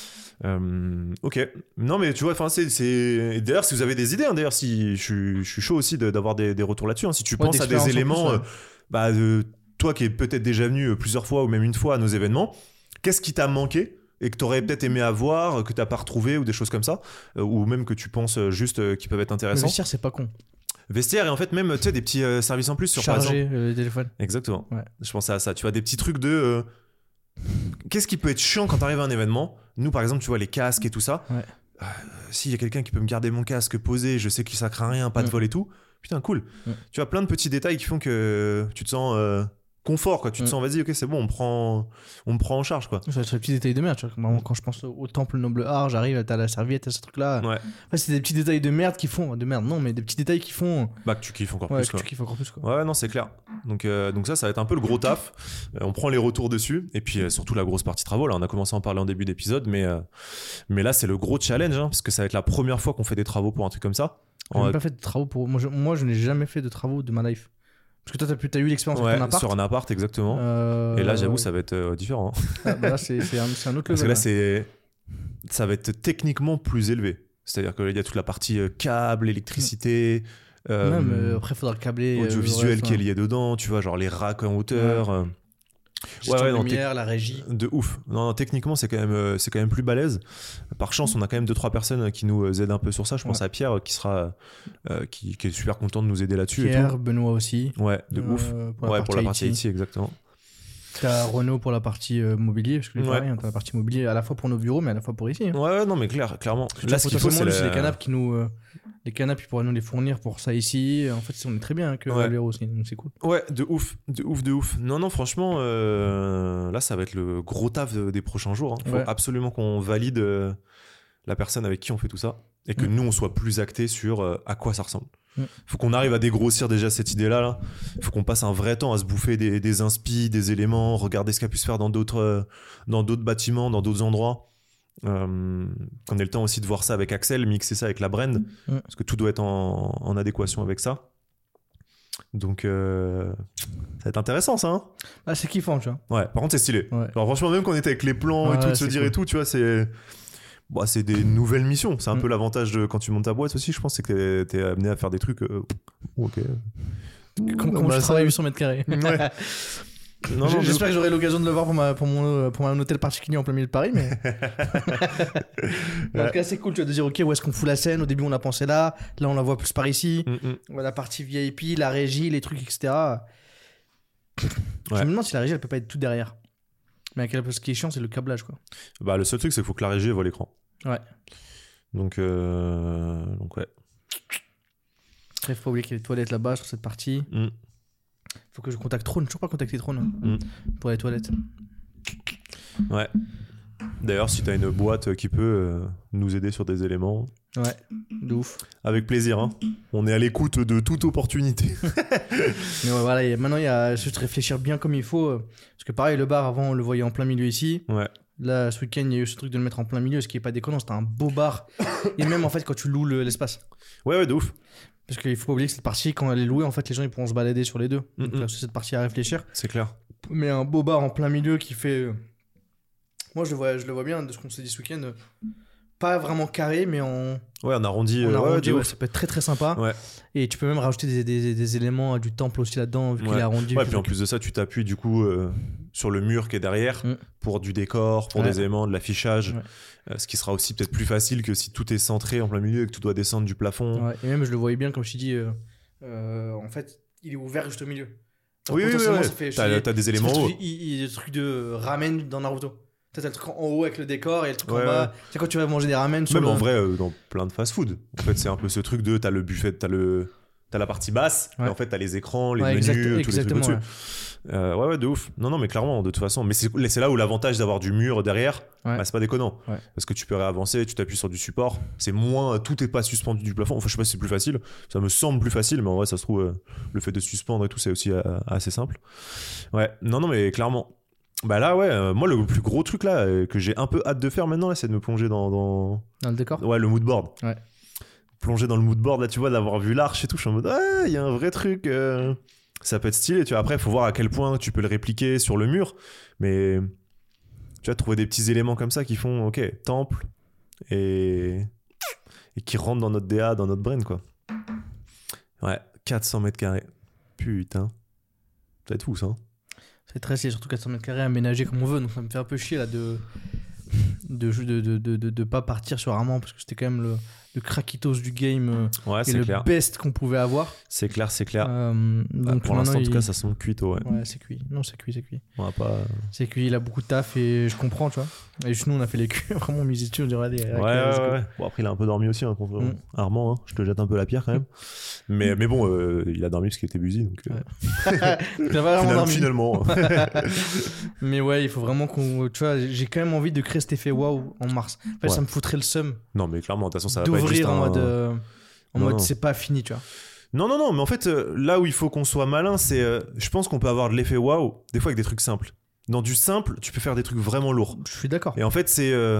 Euh, ok. Non, mais tu vois, enfin, c'est, c'est. D'ailleurs, si vous avez des idées, hein, d'ailleurs, si je suis, je suis chaud aussi de- d'avoir des, des retours là-dessus. hein. Si tu Ouais, penses à des d'expérience en éléments, plus, euh, ouais. bah, de- toi qui es peut-être déjà venu euh, plusieurs fois ou même une fois à nos événements, qu'est-ce qui t'a manqué et que t'aurais peut-être aimé avoir, euh, que t'as pas retrouvé ou des choses comme ça, euh, ou même que tu penses euh, juste euh, qui peuvent être Le intéressants. vestiaire, c'est pas con. Vestiaire et en fait même tu sais des petits euh, services en plus sur par exemple. Charger euh, le téléphone. Exactement. Ouais. Je pensais à ça. Tu vois, des petits trucs de. euh, Qu'est-ce qui peut être chiant quand t'arrives à un événement? Nous, par exemple, tu vois, les casques et tout ça. Ouais. Euh, S'il y a quelqu'un qui peut me garder mon casque posé, je sais que ça craint rien, pas de Mm. vol et tout. Putain, cool. Mm. Tu vois, plein de petits détails qui font que tu te sens euh, confort, quoi. Tu te Mm. sens, vas-y, ok, c'est bon, on me prend, on me prend en charge, quoi. Ça va être des petits détails de merde. Tu vois. Vraiment, quand je pense au temple Noble Art, j'arrive, t'as la serviette, t'as ce truc-là. Ouais. Enfin, c'est des petits détails de merde qui font. De merde, non, mais des petits détails qui font. Bah, que tu kiffes encore Ouais, plus, que quoi. tu kiffes encore plus, quoi. Ouais, non, c'est clair. Donc, euh, donc ça, ça va être un peu le gros taf. Euh, on prend les retours dessus. Et puis, euh, surtout la grosse partie travaux. Là, on a commencé à en parler en début d'épisode. Mais, euh, mais là, c'est le gros challenge. Hein, parce que ça va être la première fois qu'on fait des travaux pour un truc comme ça. J'ai En- même pas fait de travaux pour. Moi, je, moi, je n'ai jamais fait de travaux de ma life. Parce que toi, t'as, pu- t'as eu l'expérience ouais, avec ton appart. sur un appart, exactement. Euh, Et là, j'avoue, ça va être euh, différent. hein. ah, bah là, c'est, c'est, un, c'est un autre Parce que level. là, c'est... ça va être techniquement plus élevé. C'est-à-dire qu'il y a toute la partie euh, câble, électricité, euh, Même, euh, après, il faudra le câbler. euh, audiovisuel le reste, qui est ouais. lié dedans, tu vois, genre les racks en hauteur. euh, Gestion Ouais, ouais, de non, lumière, la régie. De ouf. Non, non, techniquement, c'est quand même, euh, c'est quand même plus balèze. Par chance, on a quand même deux trois personnes qui nous euh, aident un peu sur ça. Je pense Ouais. à Pierre qui sera, euh, qui, qui est super content de nous aider là-dessus. et Pierre, Benoît aussi. tout. Ouais, de Euh, ouf. Pour la Ouais, partie pour la partie I T. I T, exactement. T'as Renault pour la partie euh, mobilier, parce que c'est Ouais. pareil, hein, t'as la partie mobilier à la fois pour nos bureaux, mais à la fois pour ici. hein. Ouais, ouais, non, mais clair, clairement. Parce que Là, tu ce vois, qu'il faut, c'est potentiellement, la- les canapes qui nous, euh, les canapes, ils pourraient nous les fournir pour ça ici. En fait, on est très bien hein, que Ouais. le bureau aussi, donc c'est cool. Ouais, de ouf, de ouf, de ouf. Non, non, franchement, euh, là, ça va être le gros taf de- des prochains jours. Il faut Ouais. absolument qu'on valide euh, la personne avec qui on fait tout ça et que Mm. nous, on soit plus actés sur euh, à quoi ça ressemble. Mm. Faut qu'on arrive à dégrossir déjà cette idée-là. Là. Faut qu'on passe un vrai temps à se bouffer des, des inspi, des éléments, regarder ce qu'a pu se faire dans d'autres, euh, dans d'autres bâtiments, dans d'autres endroits. Euh, qu'on ait le temps aussi de voir ça avec Axel, mixer ça avec la brand, Mm. parce que tout doit être en, en adéquation avec ça. Donc, euh, ça va être intéressant ça. Hein Ah, c'est kiffant, tu vois. ouais, par contre, c'est stylé. Ouais. Alors, franchement, même qu'on était avec les plans et Ouais, tout, de se c'est dire cool. et tout, tu vois, c'est. Bah, c'est des nouvelles missions. C'est un Mm. peu l'avantage de quand tu montes ta boîte aussi, je pense, c'est que t'es, t'es amené à faire des trucs. euh, ok. Comme, comme Bah, je ça- travaille huit cents mètres carrés. Ouais. Non, non, J'espère que j'aurai l'occasion de le voir pour, ma, pour, mon, pour mon hôtel particulier en plein milieu de Paris. Mais... mais en tout cas, c'est cool tu vois, de dire ok, où est-ce qu'on fout la scène? Au début, on a pensé là. Là, on la voit plus par ici. Mm, mm. La partie V I P, la régie, les trucs, et cetera. Je Ouais. me demande si la régie, elle peut pas être tout derrière. Mais à quel point ce qui est chiant, c'est le câblage. Quoi. Bah, le seul truc, c'est qu'il faut que la régie voit l'écran. Ouais. Donc, euh... Donc, ouais. Après, faut pas oublier qu'il y a les toilettes là-bas sur cette partie. Mm. Faut que je contacte Trône. Toujours pas contacté Trône hein, Mm. pour les toilettes. Ouais. D'ailleurs, si t'as une boîte qui peut euh, nous aider sur des éléments, Ouais, de ouf. avec plaisir. Hein. On est à l'écoute de toute opportunité. Mais ouais, voilà, et maintenant il y a juste réfléchir bien comme il faut. euh, Parce que pareil, le bar avant on le voyait en plein milieu ici. Ouais. Là, ce week-end, il y a eu ce truc de le mettre en plein milieu, ce qui est pas déconnant. C'était un beau bar. Et même en fait, quand tu loues le- l'espace. Ouais, ouais, de ouf. Parce qu'il faut pas oublier que cette partie, quand elle est louée, en fait, les gens ils pourront se balader sur les deux. Donc Mm-mm. là, c'est cette partie à réfléchir. C'est clair. Mais un beau bar en plein milieu qui fait. euh, Moi, je le vois, je le vois bien de ce qu'on s'est dit ce week-end. euh, Pas vraiment carré, mais en, Ouais, on a arrondi. en euh, arrondi. ouais, de Ouais, ouf. ça peut être très très sympa. Ouais. Et tu peux même rajouter des, des- des éléments euh, du temple aussi là-dedans, vu qu'il Ouais. est arrondi. Ouais, vu puis en que- plus de ça, tu t'appuies du coup euh, sur le mur qui est derrière Mm. pour du décor, pour Ouais. des éléments, de l'affichage. Ouais. Euh, ce qui sera aussi peut-être plus facile que si tout est centré en plein milieu et que tout doit descendre du plafond. Ouais, et même, je le voyais bien, comme je t'ai dit, euh, euh, en fait, il est ouvert juste au milieu. Donc, Oui, oui, oui. potentiellement, ouais. ça fait- je T'as, te dis, t'as des ça fait éléments le hauts. truc- Il il y a le truc de ramen dans Naruto. T'as t'as le truc en haut avec le décor et le truc Ouais, en bas. ouais. C'est quand tu vas manger des ramen sur Même le... en vrai, euh, dans plein de fast-food. En fait, c'est un peu ce truc de t'as le buffet, t'as le. t'as la partie basse, Ouais. et en fait, t'as les écrans, les Ouais, menus, exact- tous les trucs exactement, au-dessus. ouais. Euh, ouais, ouais, de ouf. Non, non, mais clairement, de toute façon. Mais c'est, c'est là où l'avantage d'avoir du mur derrière, Ouais. bah, c'est pas déconnant. Ouais. Parce que tu peux réavancer, tu t'appuies sur du support. C'est moins, tout est pas suspendu du plafond. Enfin, je sais pas si c'est plus facile. Ça me semble plus facile, mais en vrai, ça se trouve, euh, le fait de suspendre et tout, c'est aussi euh, assez simple. Ouais, non, non, mais clairement. Bah là, ouais, euh, moi, le plus gros truc là, euh, que j'ai un peu hâte de faire maintenant, là, c'est de me plonger dans, dans... Dans le décor. Ouais, le mood board. Ouais. Plonger dans le mood board, là, tu vois, d'avoir vu l'arche et tout, je suis en mode, ah, il y a un vrai truc. euh, Ça peut être stylé, tu vois. Après, il faut voir à quel point tu peux le répliquer sur le mur. Mais tu vas trouver des petits éléments comme ça qui font, ok, temple et, et qui rentrent dans notre D A, dans notre brain, quoi. Ouais, quatre cents mètres carrés. Putain. Ça va être fou, ça. Hein. C'est très stylé, surtout quatre cents mètres carrés aménagés comme on veut. Donc ça me fait un peu chier là de de de, de, de, de, de pas partir sur Armand parce que c'était quand même le, le craquitos du game euh, Ouais, et c'est le clair. best qu'on pouvait avoir. C'est clair, c'est clair. Euh, Bah, donc pour maintenant, l'instant, en tout il- cas, ça sent cuito, ouais. Ouais, c'est cuit. Non, c'est cuit, c'est cuit. On va pas. C'est cuit, il a beaucoup de taf et je comprends, tu vois. Et nous, on a fait les culs, vraiment, on misait dessus, on dirait, allez, Ouais, ok, ouais, let's go. ouais. Bon, après, il a un peu dormi aussi, hein, contre Mm. Armand. Hein. Je te jette un peu la pierre quand même. Mais, mais bon, euh, il a dormi parce qu'il était busy. Donc, euh, Ouais. Il a vraiment final- dormi. finalement. Mais ouais, il faut vraiment qu'on. Tu vois, j'ai quand même envie de créer cet effet waouh en mars. En fait, Ouais. ça me foutrait le seum non, mais clairement, de toute façon, ça va pas être juste d'ouvrir en un- mode. euh, en Non, mode, non. c'est pas fini, tu vois. Non, non, non, mais en fait, euh, là où il faut qu'on soit malin, c'est. euh, je pense qu'on peut avoir de l'effet waouh, des fois avec des trucs simples. Dans du simple, tu peux faire des trucs vraiment lourds. Je suis d'accord. Et en fait, c'est. euh,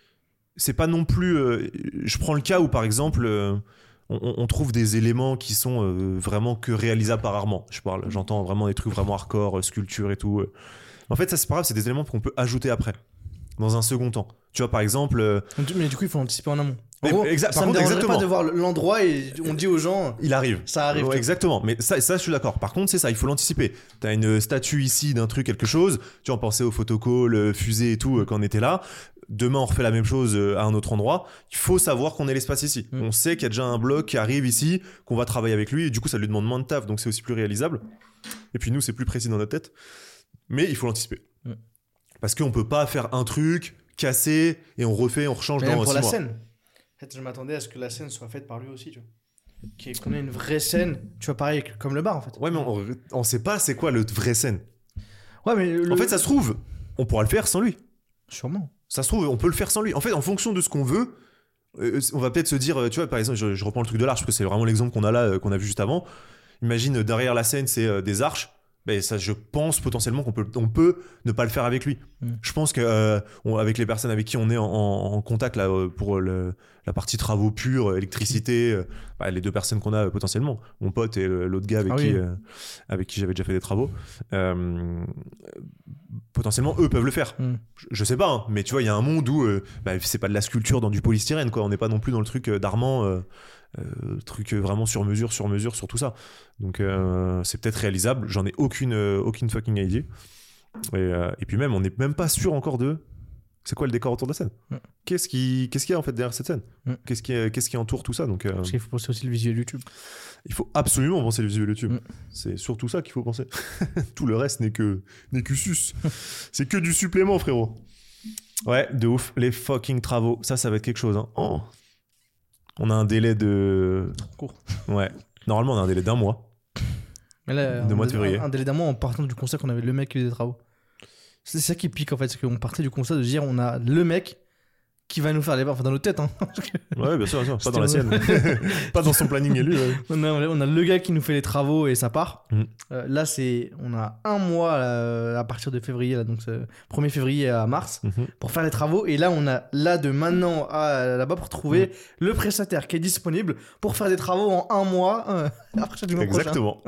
c'est pas non plus. euh, je prends le cas où, par exemple, euh, on, on trouve des éléments qui sont euh, vraiment que réalisables par Armand. Je parle, j'entends vraiment des trucs vraiment hardcore, euh, sculpture et tout. euh. En fait, ça, c'est pas grave, c'est des éléments qu'on peut ajouter après, dans un second temps. Tu vois, par exemple. euh, Mais du coup, il faut anticiper en amont. En Mais gros, exa- ça par me contre, dérangerait exactement. pas de voir l'endroit et on dit aux gens, Il arrive. ça arrive. Ouais, tu vois. exactement. Mais ça, ça, je suis d'accord. Par contre, c'est ça, il faut l'anticiper. T'as une statue ici d'un truc, quelque chose. Tu vois, on pensait aux photocalls, euh, fusées et tout euh, quand on était là. Demain, on refait la même chose euh, à un autre endroit. Il faut savoir qu'on ait l'espace ici. Mm. On sait qu'il y a déjà un bloc qui arrive ici, qu'on va travailler avec lui. Et du coup, ça lui demande moins de taf. Donc, c'est aussi plus réalisable. Et puis, nous, c'est plus précis dans notre tête. Mais il faut l'anticiper. Mm. Parce qu'on peut pas faire un truc, casser, et on refait, on rechange Mais dans même pour six la mois. scène. En fait, je m'attendais à ce que la scène soit faite par lui aussi, tu vois. Qu'il- Qu'on ait une vraie scène, tu vois, pareil, comme le bar en fait. Ouais, mais on, on sait pas c'est quoi le vraie scène. Ouais, mais le- En fait, ça se trouve, on pourra le faire sans lui. Sûrement. Ça se trouve, on peut le faire sans lui. En fait, en fonction de ce qu'on veut, euh, on va peut-être se dire, euh, tu vois, par exemple, je, je reprends le truc de l'arche, parce que c'est vraiment l'exemple qu'on a là, euh, qu'on a vu juste avant. Imagine, euh, derrière la scène, c'est euh, des arches. Ben, ça, je pense potentiellement qu'on peut, on peut ne pas le faire avec lui. Mm. Je pense que euh, on- avec les personnes avec qui on est en, en- en contact là, euh, pour le- la partie travaux purs, euh, électricité, euh, bah, les deux personnes qu'on a euh, potentiellement, mon pote et le- l'autre gars avec Ah qui, oui. euh, avec qui j'avais déjà fait des travaux, euh, potentiellement eux peuvent le faire. Mm. Je, je sais pas, hein, mais tu vois, il y a un monde où euh, bah, c'est pas de la sculpture dans du polystyrène, quoi. On n'est pas non plus dans le truc euh, d'Armand. euh, euh, truc vraiment sur mesure, sur mesure, sur tout ça. Donc euh, c'est peut-être réalisable. J'en ai aucune, euh, aucune fucking idée. Et, euh, et puis même, on n'est même pas sûr encore de. C'est quoi le décor autour de la scène Mm. Qu'est-ce qui, qu'est-ce qu'il y a en fait derrière cette scène Mm. Qu'est-ce qui, qu'est-ce qui entoure tout ça Donc euh, Parce qu'il faut penser aussi le visuel YouTube. il faut absolument penser le visuel YouTube. Mm. C'est surtout ça qu'il faut penser. Tout le reste n'est que n'est que sus. C'est que du supplément, frérot. Ouais, de ouf. Les fucking travaux, ça, ça va être quelque chose. Hein. Oh. On a un délai de. Court. Ouais. Normalement, on a un délai d'un mois. Mais là, De un mois de délai- février. Un, un délai d'un mois en partant du constat qu'on avait le mec qui faisait des travaux. C'est ça qui pique en fait, c'est qu'on partait du constat de dire on a le mec qui va nous faire les enfin dans nos têtes hein. Ouais, bien sûr, bien sûr. Pas C'était dans la sienne. Pas dans son planning et lui. Ouais. on, a, on a le gars qui nous fait les travaux et ça part. Mm. Euh, là c'est on a un mois là, à partir de février là, donc c'est premier février à mars Mhm. pour faire les travaux et là on a là de maintenant à là-bas pour trouver Mm. le prestataire qui est disponible pour faire des travaux en un mois euh, après du mois prochain. Exactement.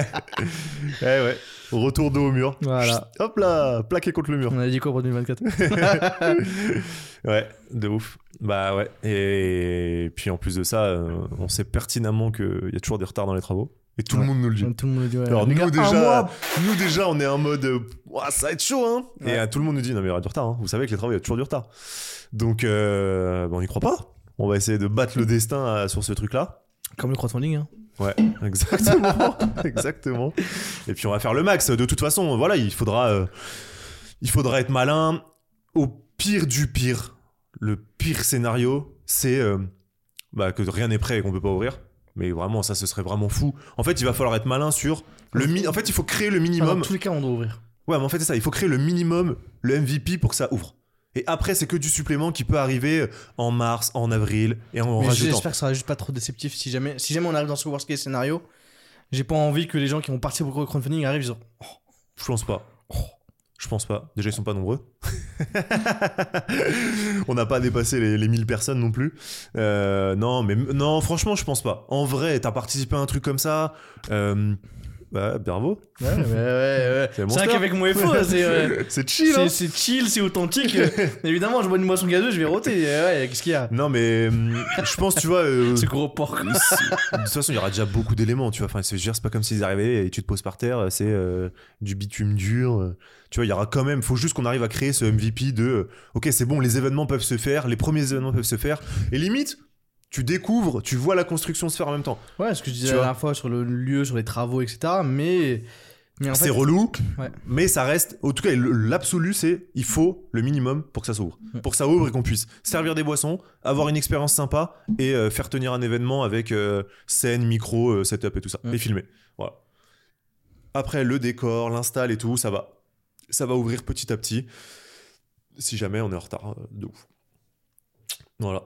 ouais, ouais. Retour dos au mur. Voilà. Hop là, plaqué contre le mur. On avait dit quoi pour deux mille vingt-quatre? Ouais, de ouf. Bah ouais. Et puis en plus de ça, euh, on sait pertinemment qu'il y a toujours des retards dans les travaux. Et tout Ouais. le monde nous le dit. Tout le monde dit ouais. Alors Les nous gars, un déjà, mois. nous déjà, on est en mode, euh, Ouah, ça va être chaud, hein. Ouais. Et euh, tout le monde nous dit, non mais il y aura du retard. Hein. Vous savez que les travaux, il y a toujours du retard. Donc, euh, bah, on n'y croit pas. On va essayer de battre le destin euh, sur ce truc-là. Comme le crowdfunding hein. Ouais, exactement, exactement. Et puis on va faire le max. De toute façon, voilà, il faudra, euh, il faudra être malin. Au pire du pire, le pire scénario, c'est euh, bah, que rien n'est prêt et qu'on peut pas ouvrir. Mais vraiment, ça, ce serait vraiment fou. En fait, il va falloir être malin sur le mi- En fait, il faut créer le Enfin, minimum. dans tous les cas, on doit ouvrir. Ouais, mais en fait, c'est ça. Il faut créer le minimum, le M V P pour que ça ouvre. Et après, c'est que du supplément qui peut arriver en mars, en avril et en Mais rajoutant. j'espère que ça sera juste pas trop déceptif si jamais, si jamais on arrive dans ce worst case scénario. J'ai pas envie que les gens qui vont partir pour le crowdfunding arrivent disant oh, Je pense pas. oh. Je pense pas. Déjà, ils sont pas nombreux. On n'a pas dépassé les, les mille personnes non plus. Euh, non, mais non, franchement, je pense pas. En vrai, t'as participé à un truc comme ça. Euh, bah, bravo. Ouais, ouais, ouais, ouais. C'est C'est Monster. vrai qu'avec mon F O, c'est, euh, C'est chill, hein. c'est, c'est chill, c'est authentique. Évidemment, je bois une boisson gazeuse, je vais roter. Ouais, qu'est-ce qu'il y a? Non, mais hum, je pense, tu vois. euh, Ce gros porc. c'est- de toute façon, il y aura déjà beaucoup d'éléments, tu vois. Enfin, c'est, je veux dire, c'est pas comme s'ils arrivaient et tu te poses par terre, c'est euh, du bitume dur. euh, Tu vois, il y aura quand même. Faut juste qu'on arrive à créer ce M V P de. euh, ok, c'est bon, les événements peuvent se faire, les premiers événements peuvent se faire. Et limite, tu découvres, tu vois la construction se faire en même temps. Ouais, ce que je disais Tu la vois. dernière fois sur le lieu, sur les travaux, et cetera. Mais, mais en C'est fait, relou, ouais. mais ça reste. En tout cas, le- l'absolu, c'est il faut le minimum pour que ça s'ouvre. Mm. Pour que ça ouvre et qu'on puisse servir des boissons, avoir une expérience sympa et euh, faire tenir un événement avec euh, scène, micro, euh, setup et tout ça. Mm. Et filmer. Voilà. Après, le décor, l'install et tout, ça va. Ça va ouvrir petit à petit. Si jamais on est en retard, euh, de ouf. Voilà.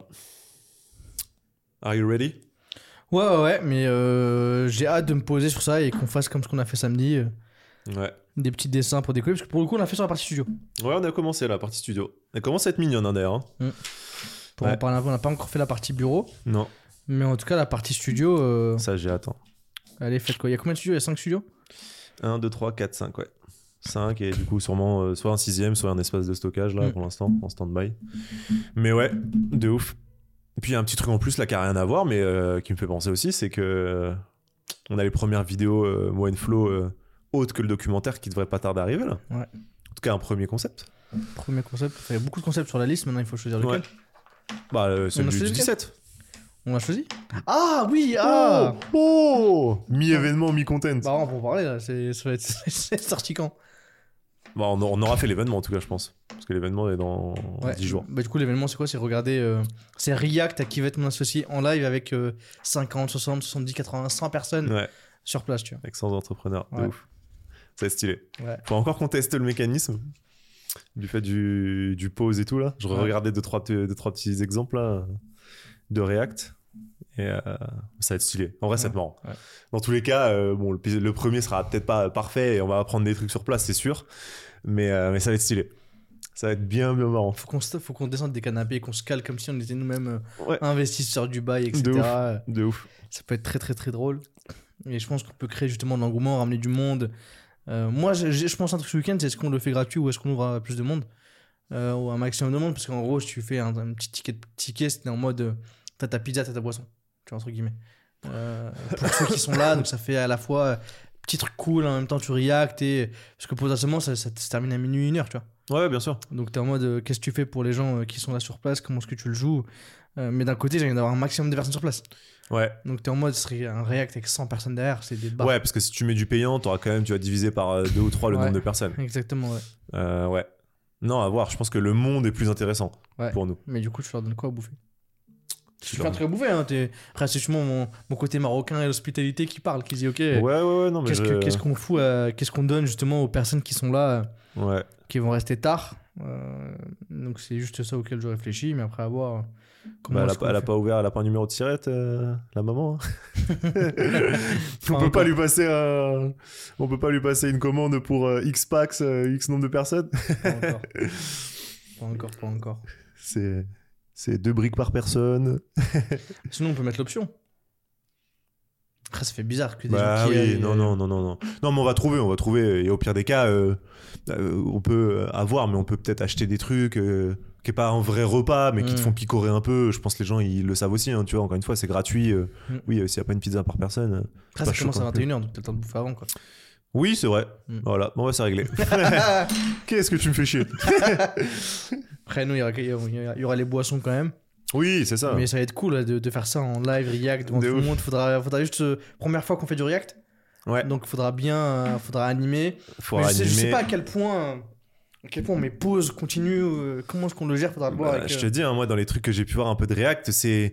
Are you ready? Ouais, ouais, ouais, mais euh, j'ai hâte de me poser sur ça et qu'on fasse comme ce qu'on a fait samedi. euh, Ouais. Des petits dessins pour décoller, parce que pour le coup, on l'a fait sur la partie studio. Ouais, on a commencé la partie studio. Elle commence à être mignonne, hein, d'ailleurs. hein. Pour Ouais. en parler un peu, on n'a pas encore fait la partie bureau. Non, Mais en tout cas, la partie studio, euh, ça j'ai hâte. hein. allez, faites quoi? Il y a combien de studios? Il y a cinq studios? un, deux, trois, quatre, cinq, ouais. cinq et du coup sûrement euh, soit un sixième, soit un espace de stockage là Mm. pour l'instant, en stand-by. Mais ouais, de ouf. Et puis il y a un petit truc en plus là qui a rien à voir, mais euh, qui me fait penser aussi, c'est que euh, on a les premières vidéos euh, Mo and Flow euh, autres que le documentaire qui devrait pas tarder à arriver là. Ouais. En tout cas un premier concept. Premier concept. Il y a beaucoup de concepts sur la liste, maintenant il faut choisir lequel. Ouais. Bah euh, On a celui du choisi lequel dix-sept. On l'a choisi? Ah oui, ah Oh, oh mi-événement, mi-content. Bah, on peut en parler là, c'est, ça va être c'est sorti quand? Bah, on, on aura fait l'événement en tout cas, je pense. Parce que l'événement est dans Ouais. dix jours. Bah, du coup, l'événement, c'est quoi? C'est regarder. euh, c'est React à qui va être mon associé en live avec euh, cinquante, soixante, soixante-dix, quatre-vingts, cent personnes Ouais, sur place, tu vois. avec cent entrepreneurs, de Ouais. ouf. C'est stylé. Ouais. Faut encore qu'on teste le mécanisme du fait du, du pause et tout là. Je Ouais. regardais deux trois, deux, trois petits exemples là, de React et euh, ça va être stylé. En vrai, ça va être marrant. Ouais. Dans tous les cas, euh, bon, le, le premier sera peut-être pas parfait et on va apprendre des trucs sur place, c'est sûr. Mais, euh, mais ça va être stylé. Ça va être bien, bien marrant. Faut qu'on, se- faut qu'on descende des canapés, qu'on se cale comme si on était nous-mêmes euh, Ouais. investisseurs du bail, De et cetera. De ouf. Ça peut être très très très drôle. Et je pense qu'on peut créer justement de l'engouement, ramener du monde. Euh, moi, je, je pense un truc ce week-end, c'est est-ce qu'on le fait gratuit ou est-ce qu'on ouvre à plus de monde euh, ou un maximum de monde. Parce qu'en gros, si tu fais un, un petit ticket, ticket c'était en mode euh, t'as ta pizza, t'as ta boisson. Tu vois, entre guillemets. Euh, pour ceux qui sont là, donc ça fait à la fois euh, petit truc cool, en même temps tu react. Et, parce que potentiellement, ça, ça se termine à minuit, une heure, tu vois. Ouais, bien sûr. Donc t'es en mode euh, qu'est-ce que tu fais pour les gens euh, qui sont là sur place, comment est-ce que tu le joues. Euh, mais d'un côté, j'ai envie d'avoir un maximum de personnes sur place. Ouais. Donc t'es en mode ce serait un react avec cent personnes derrière, c'est des barres. Ouais, parce que si tu mets du payant, t'auras quand même, tu vas diviser par euh, deux ou trois le Ouais. nombre de personnes. Exactement, ouais. Euh, ouais. Non, à voir. Je pense que le monde est plus intéressant Ouais. pour nous. Mais du coup, tu leur donnes quoi à bouffer? Tu Tu fais leur- un truc à bouffer, hein. T'es... Après, c'est justement mon, mon côté marocain et l'hospitalité qui parle, qui dit ok, Ouais, ouais, ouais. Non, mais qu'est-ce, je- que- qu'est-ce qu'on fout, à- qu'est-ce qu'on donne justement aux personnes qui sont là, euh, Ouais. qui vont rester tard. Euh, donc c'est juste ça auquel je réfléchis, mais après à voir. Comment Bah, elle, est-ce a, qu'on elle a fait. pas ouvert, elle a pas un numéro de tirette, euh, la maman. hein. on peut encore. pas lui passer un... on peut pas lui passer une commande pour euh, X packs, euh, X nombre de personnes. Pas encore. Pas encore, pas encore. C'est c'est deux briques par personne. Sinon, on peut mettre l'option. Après, ça fait bizarre que des Bah gens qui oui, aillent, non, euh, non, non, non, non. Non, mais on va trouver, on va trouver. Et au pire des cas, euh, euh, on peut avoir, mais on peut peut-être acheter des trucs euh, qui est pas un vrai repas, mais qui te Mm. font picorer un peu. Je pense que les gens, ils le savent aussi. Hein, tu vois, encore une fois, c'est gratuit. euh, Mm. Oui, euh, s'il n'y a pas une pizza par personne. euh, Après, pas ça commence chaud à non vingt et une heures, donc t'as le temps de bouffer avant, quoi. Oui, c'est vrai. Mm. Voilà, bon, bah, c'est réglé. Qu'est-ce que tu me fais chier? Après, nous, il y aura, il y aura- il y aura les boissons quand même. Oui, c'est ça. Mais ça va être cool là, de, de faire ça en live, React, devant De tout le ouf. monde. Faudra, faudra juste. euh, première fois qu'on fait du React. Ouais. Donc, faudra bien. euh, faudra animer. Faut Mais je, sais, je sais animer. pas à quel point. euh, À quel point on met pause, continue. euh, comment est-ce qu'on le gère? Faudra le voir. Bah, avec, je euh, te dis, hein, moi, dans les trucs que j'ai pu voir un peu de React, c'est.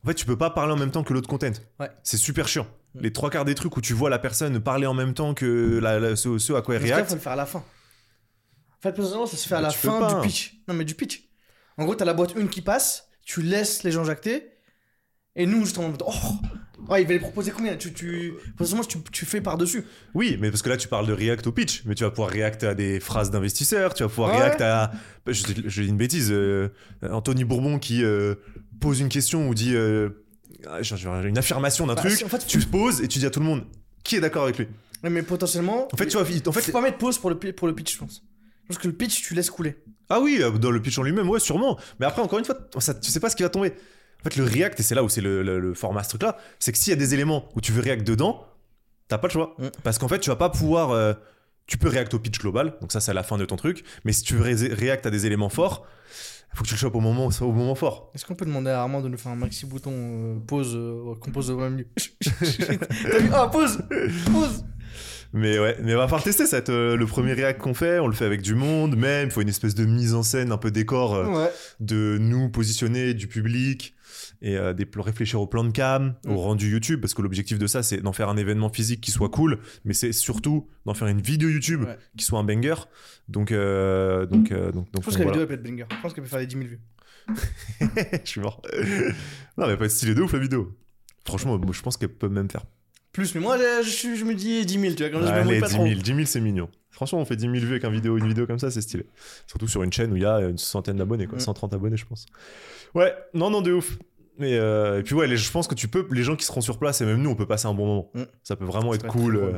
En fait, tu peux pas parler en même temps que l'autre content. Ouais. C'est super chiant. Mm. Les trois quarts des trucs où tu vois la personne parler en même temps que la, la- ce, ce à quoi elle Parce qu'il réacte. faut le faire à la fin. En fait, personnellement, ça se fait à Bah, la tu peux fin pas, du hein. pitch. Non, mais du pitch. En gros, t'as la boîte une qui passe, tu laisses les gens jacter, et nous, justement, oh, ouais, il va les proposer combien tu, tu... Personnellement, tu, tu fais par-dessus. Oui, mais parce que là, tu parles de react au pitch, mais tu vas pouvoir react à des phrases d'investisseurs, tu vas pouvoir Ouais. react à. Je, je dis une bêtise, euh, Anthony Bourbon qui euh, pose une question ou dit euh, genre, une affirmation d'un Bah, truc, c'est- en fait, tu poses et tu dis à tout le monde qui est d'accord avec lui. Ouais, mais potentiellement. En fait, tu vois, en Faut fait, pas mettre pause pour le, pi- pour le pitch, je pense. Parce que le pitch, tu laisses couler. ah oui, euh, dans le pitch en lui-même, ouais, sûrement. Mais après, encore une fois, ça, tu sais pas ce qui va tomber. En fait, le react, et c'est là où c'est le, le- le format ce truc-là, c'est que s'il y a des éléments où tu veux react dedans, t'as pas le choix. Mm. Parce qu'en fait, tu vas pas pouvoir. euh, tu peux react au pitch global, donc ça, c'est à la fin de ton truc. Mais si tu veux ré- react à des éléments forts, il faut que tu le chopes au moment, au moment fort. Est-ce qu'on peut demander à Armand de nous faire un maxi bouton euh, pause euh, qu'on pose au même lieu? T'as vu? Ah, pause! Pause! Mais ouais, mais on va falloir tester ça. euh, le premier react qu'on fait, on le fait avec du monde, même. Il faut une espèce de mise en scène, un peu décor euh, Ouais. de nous positionner, du public. Et euh, des, réfléchir au plan de cam, Mm. au rendu YouTube, parce que l'objectif de ça, c'est d'en faire un événement physique qui soit cool, mais c'est surtout d'en faire une vidéo YouTube Ouais. qui soit un banger. Donc, euh, donc, euh, donc, donc, Je pense que la voilà. vidéo elle peut être banger. Je pense qu'elle peut faire les dix mille vues. Je suis mort. Non, mais pas stylé de ouf la vidéo. Franchement, moi, je pense qu'elle peut même faire. Plus, mais moi je, je, je me dis dix mille, tu vois, comme ça je me Allez, mouille pas dix trop. mille, dix mille, c'est mignon. Franchement, on fait dix mille vues avec un vidéo, une vidéo comme ça, c'est stylé. Surtout sur une chaîne où il y a une centaine d'abonnés, quoi. Mm. cent trente abonnés, je pense. Ouais, non, non, de ouf. Mais euh, et puis ouais, les- je pense que tu peux, les gens qui seront sur place et même nous, on peut passer un bon moment. Mm. Ça peut vraiment Ça être peut être cool. très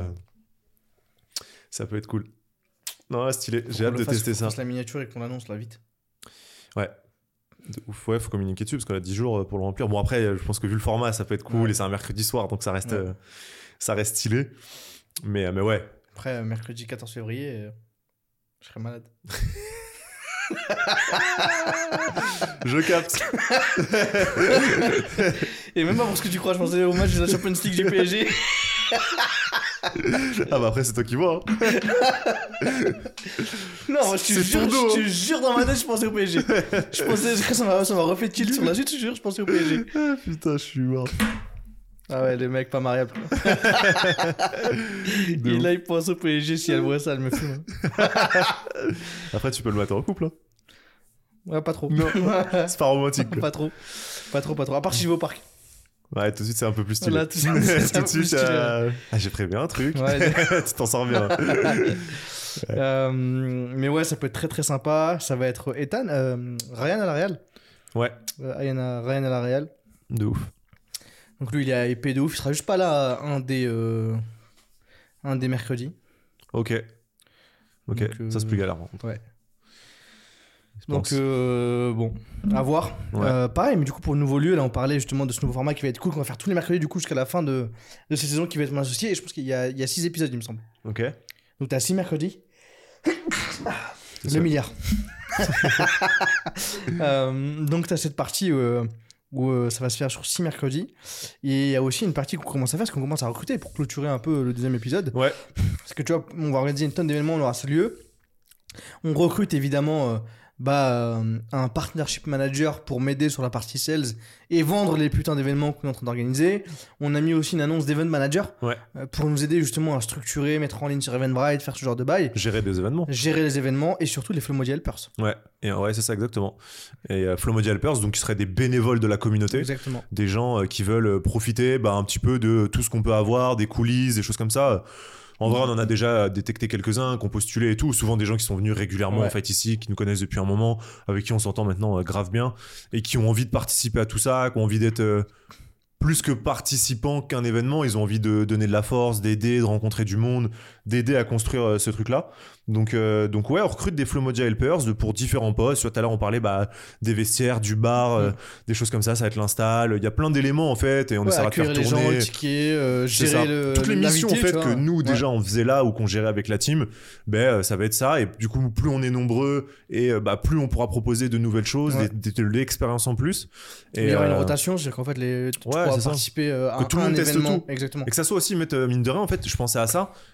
euh, drôle. Ça peut être cool. Non, là, stylé. Faut J'ai qu'on hâte le de fasse, tester faut ça. qu'on fasse la miniature et qu'on l'annonce là vite. Ouais. De ouf. Ouais, faut communiquer dessus parce qu'on a dix jours pour le remplir. Bon, après, je pense que vu le format, ça peut être cool Ouais. et c'est un mercredi soir, donc ça reste, Ouais. euh, ça reste stylé. Mais, mais ouais. Après, euh, mercredi quatorze février, euh, je serai malade. Je capte. Et même pas pour ce que tu crois, je pensais au match de la Champions League du P S G. Ah bah après, c'est toi qui vois. hein. Non, moi, je te C'est jure, ton dos, je te hein. jure dans ma tête, je pensais au P S G. Je pensais, ça m'a, ça m'a refait tilt sur la suite, je te jure, je pensais au P S G. Ah, putain, je suis mort. Ah ouais, les mecs pas mariables. De Et ouf. là, il pense au P S G, si elle voit ça, elle me fume. Après, tu peux le mettre en couple. Hein. Ouais, pas trop. Non. C'est pas romantique. Quoi. Pas trop. Pas trop, pas trop. À part si je vais au parc. Ouais, tout de suite, c'est un peu plus stylé. Là, tout, c'est- c'est tout un de peu plus suite, stylé, euh, ah, j'ai prévu un truc. Ouais. tu t'en sors bien. Euh, mais ouais, ça peut être très très sympa. Ça va être Ethan, euh, Ryan à la Real. Ouais, Euh, Ryan, à, Ryan à la Real. de ouf. Donc lui, il est épée de ouf. Il sera juste pas là un des, euh, un des mercredis. Ok. Ok, Donc, euh, ça c'est plus galère. par contre. ouais. Je Donc pense. euh, bon, à voir. Ouais. Euh, pareil, mais du coup pour le nouveau lieu, là on parlait justement de ce nouveau format qui va être cool, qu'on va faire tous les mercredis du coup jusqu'à la fin de, de cette saison qui va être mon associé. Et je pense qu'il y a, il y a six épisodes, il me semble. Ok. Donc t'as six mercredis. C'est Le ça. milliard. Euh, donc t'as cette partie euh, où euh, ça va se faire sur six mercredis. Et il y a aussi une partie qu'on commence à faire, parce qu'on commence à recruter pour clôturer un peu le deuxième épisode. Ouais. Parce que tu vois, on va organiser une tonne d'événements, on aura ce lieu. On recrute évidemment euh, bah, euh, un partnership manager pour m'aider sur la partie sales et vendre les putains d'événements qu'on est en train d'organiser. On a mis aussi une annonce d'event manager Ouais. euh, pour nous aider justement à structurer, mettre en ligne sur Eventbrite, faire ce genre de bail, Gérer des événements. gérer les événements et surtout les Flowmodia Helpers. Ouais. Et ouais, c'est ça exactement. Et euh, Flowmodia Helpers, donc qui seraient des bénévoles de la communauté. Exactement. Des gens euh, qui veulent euh, profiter bah, un petit peu de tout ce qu'on peut avoir, des coulisses, des choses comme ça. En vrai, on en a déjà détecté quelques-uns, qui ont postulé et tout. Souvent des gens qui sont venus régulièrement Ouais. en fait ici, qui nous connaissent depuis un moment, avec qui on s'entend maintenant euh, grave bien, et qui ont envie de participer à tout ça, qui ont envie d'être euh, plus que participants qu'un événement. Ils ont envie de donner de la force, d'aider, de rencontrer du monde, d'aider à construire euh, ce truc-là. Donc, euh, donc ouais, on recrute des Flowmodia Helpers de- pour différents postes. Tout à l'heure, on parlait bah, des vestiaires, du bar, euh, Mm. des choses comme ça. Ça va être l'install. Il y a plein d'éléments en fait, et on Ouais, essaiera de faire accueillir les gens, tourner. le ticket, euh, C'est ça. gérer le Toutes les missions en l'invité, fait tu que vois. nous Ouais. déjà on faisait là ou qu'on gérait avec la team, ben euh, ça va être ça. Et du coup, plus on est nombreux et euh, bah plus on pourra proposer de nouvelles choses, Ouais. des- des- de l'expérience en plus. Et, Il y aura une euh, rotation, c'est-à-dire qu'en fait, les, tu Ouais, pourras c'est ça. participer euh, à Que tout le un monde teste événement. tout. Exactement. Et que ça soit aussi, mettre, euh, mine de rien, en fait, je pensais à ça.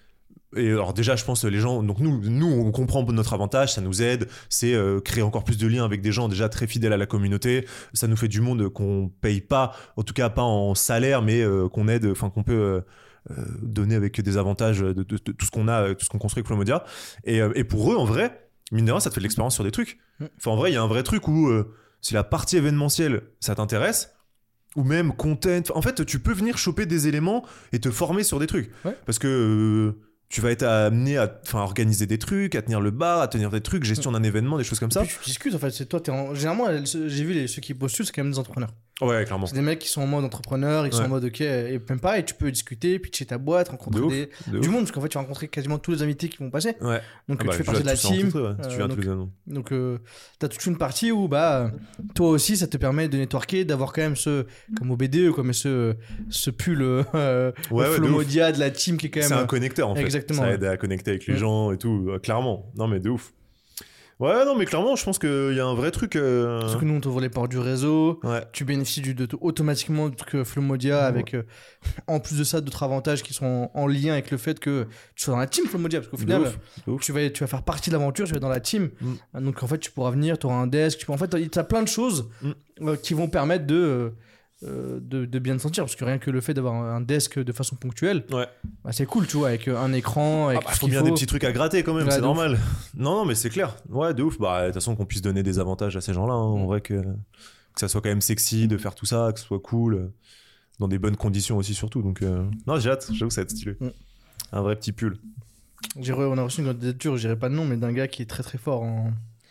et alors déjà, je pense les gens, donc nous, nous, on comprend notre avantage, ça nous aide, c'est euh, créer encore plus de liens avec des gens déjà très fidèles à la communauté. Ça nous fait du monde qu'on paye pas, en tout cas pas en salaire, mais euh, qu'on aide, enfin qu'on peut euh, euh, donner avec des avantages de, de, de, de tout ce qu'on a, tout ce qu'on construit avec Flomodia. Et, euh, et pour eux, en vrai, mine de rien, ça te fait de l'expérience sur des trucs. Enfin, en vrai, il y a un vrai truc où euh, si la partie événementielle, ça t'intéresse. Ou même content. En fait, tu peux venir choper des éléments et te former sur des trucs. Ouais. Parce que euh, tu vas être amené à, à organiser des trucs, à tenir le bar, à tenir des trucs, gestion d'un événement, des choses comme Et ça. puis tu discutes en fait, c'est toi, t'es en... généralement j'ai vu les, ceux qui postulent, c'est quand même des entrepreneurs. Ouais, clairement. C'est des mecs qui sont en mode entrepreneur, ils Ouais. sont en mode ok, et même pareil, tu peux discuter, pitcher ta boîte, rencontrer De ouf, des... de du ouf. monde, parce qu'en fait tu vas rencontrer quasiment tous les invités qui vont passer. Ouais. Donc Ah tu bah, fais je partie de vais la tous les team. rencontrer, ouais, si tu euh, viens donc tous les ans. donc euh, t'as toute une partie où bah toi aussi ça te permet de networker, d'avoir quand même ce comme au B D E quoi, mais ce ce pull euh, Ouais, ouais, de Flomodia de la team qui est quand même. C'est un connecteur en fait. Exactement, Ça ouais. aide à connecter avec les Ouais. gens et tout, euh, clairement. Non, mais de ouf. Ouais, non, mais clairement, je pense qu'il y a un vrai truc. euh, Parce que nous on t'ouvre les portes du réseau. Ouais. Tu bénéficies du, de, automatiquement du truc Flomodia Ouais. avec euh, en plus de ça d'autres avantages qui sont en, en lien avec le fait que tu sois dans la team Flomodia parce qu'au De final ouf, de ouf. tu vas tu vas faire partie de l'aventure, tu vas être dans la team. Mm. Donc en fait tu pourras venir, tu auras un desk, tu peux, en fait tu as plein de choses Mm. euh, qui vont permettre de, euh, euh, de de bien te sentir parce que rien que le fait d'avoir un desk de façon ponctuelle, Ouais. bah, c'est cool, tu vois, avec euh, un écran, avec Ah bah, tout ce faut qu'il bien faut. des petits trucs à gratter quand même, Ouais, c'est de normal. Non, non, mais c'est clair. Ouais, de ouf. Bah, de toute façon, qu'on puisse donner des avantages à ces gens-là. hein. Mm. En vrai, que, que ça soit quand même sexy de faire tout ça, que ce soit cool, euh, dans des bonnes conditions aussi, surtout. Donc, euh, non, j'ai hâte. J'avoue que ça va être stylé. Mm. Un vrai petit pull. J'ai re- on a reçu une candidature, je dirais pas de nom, mais d'un gars qui est très très fort en,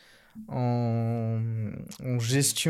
en, en gestion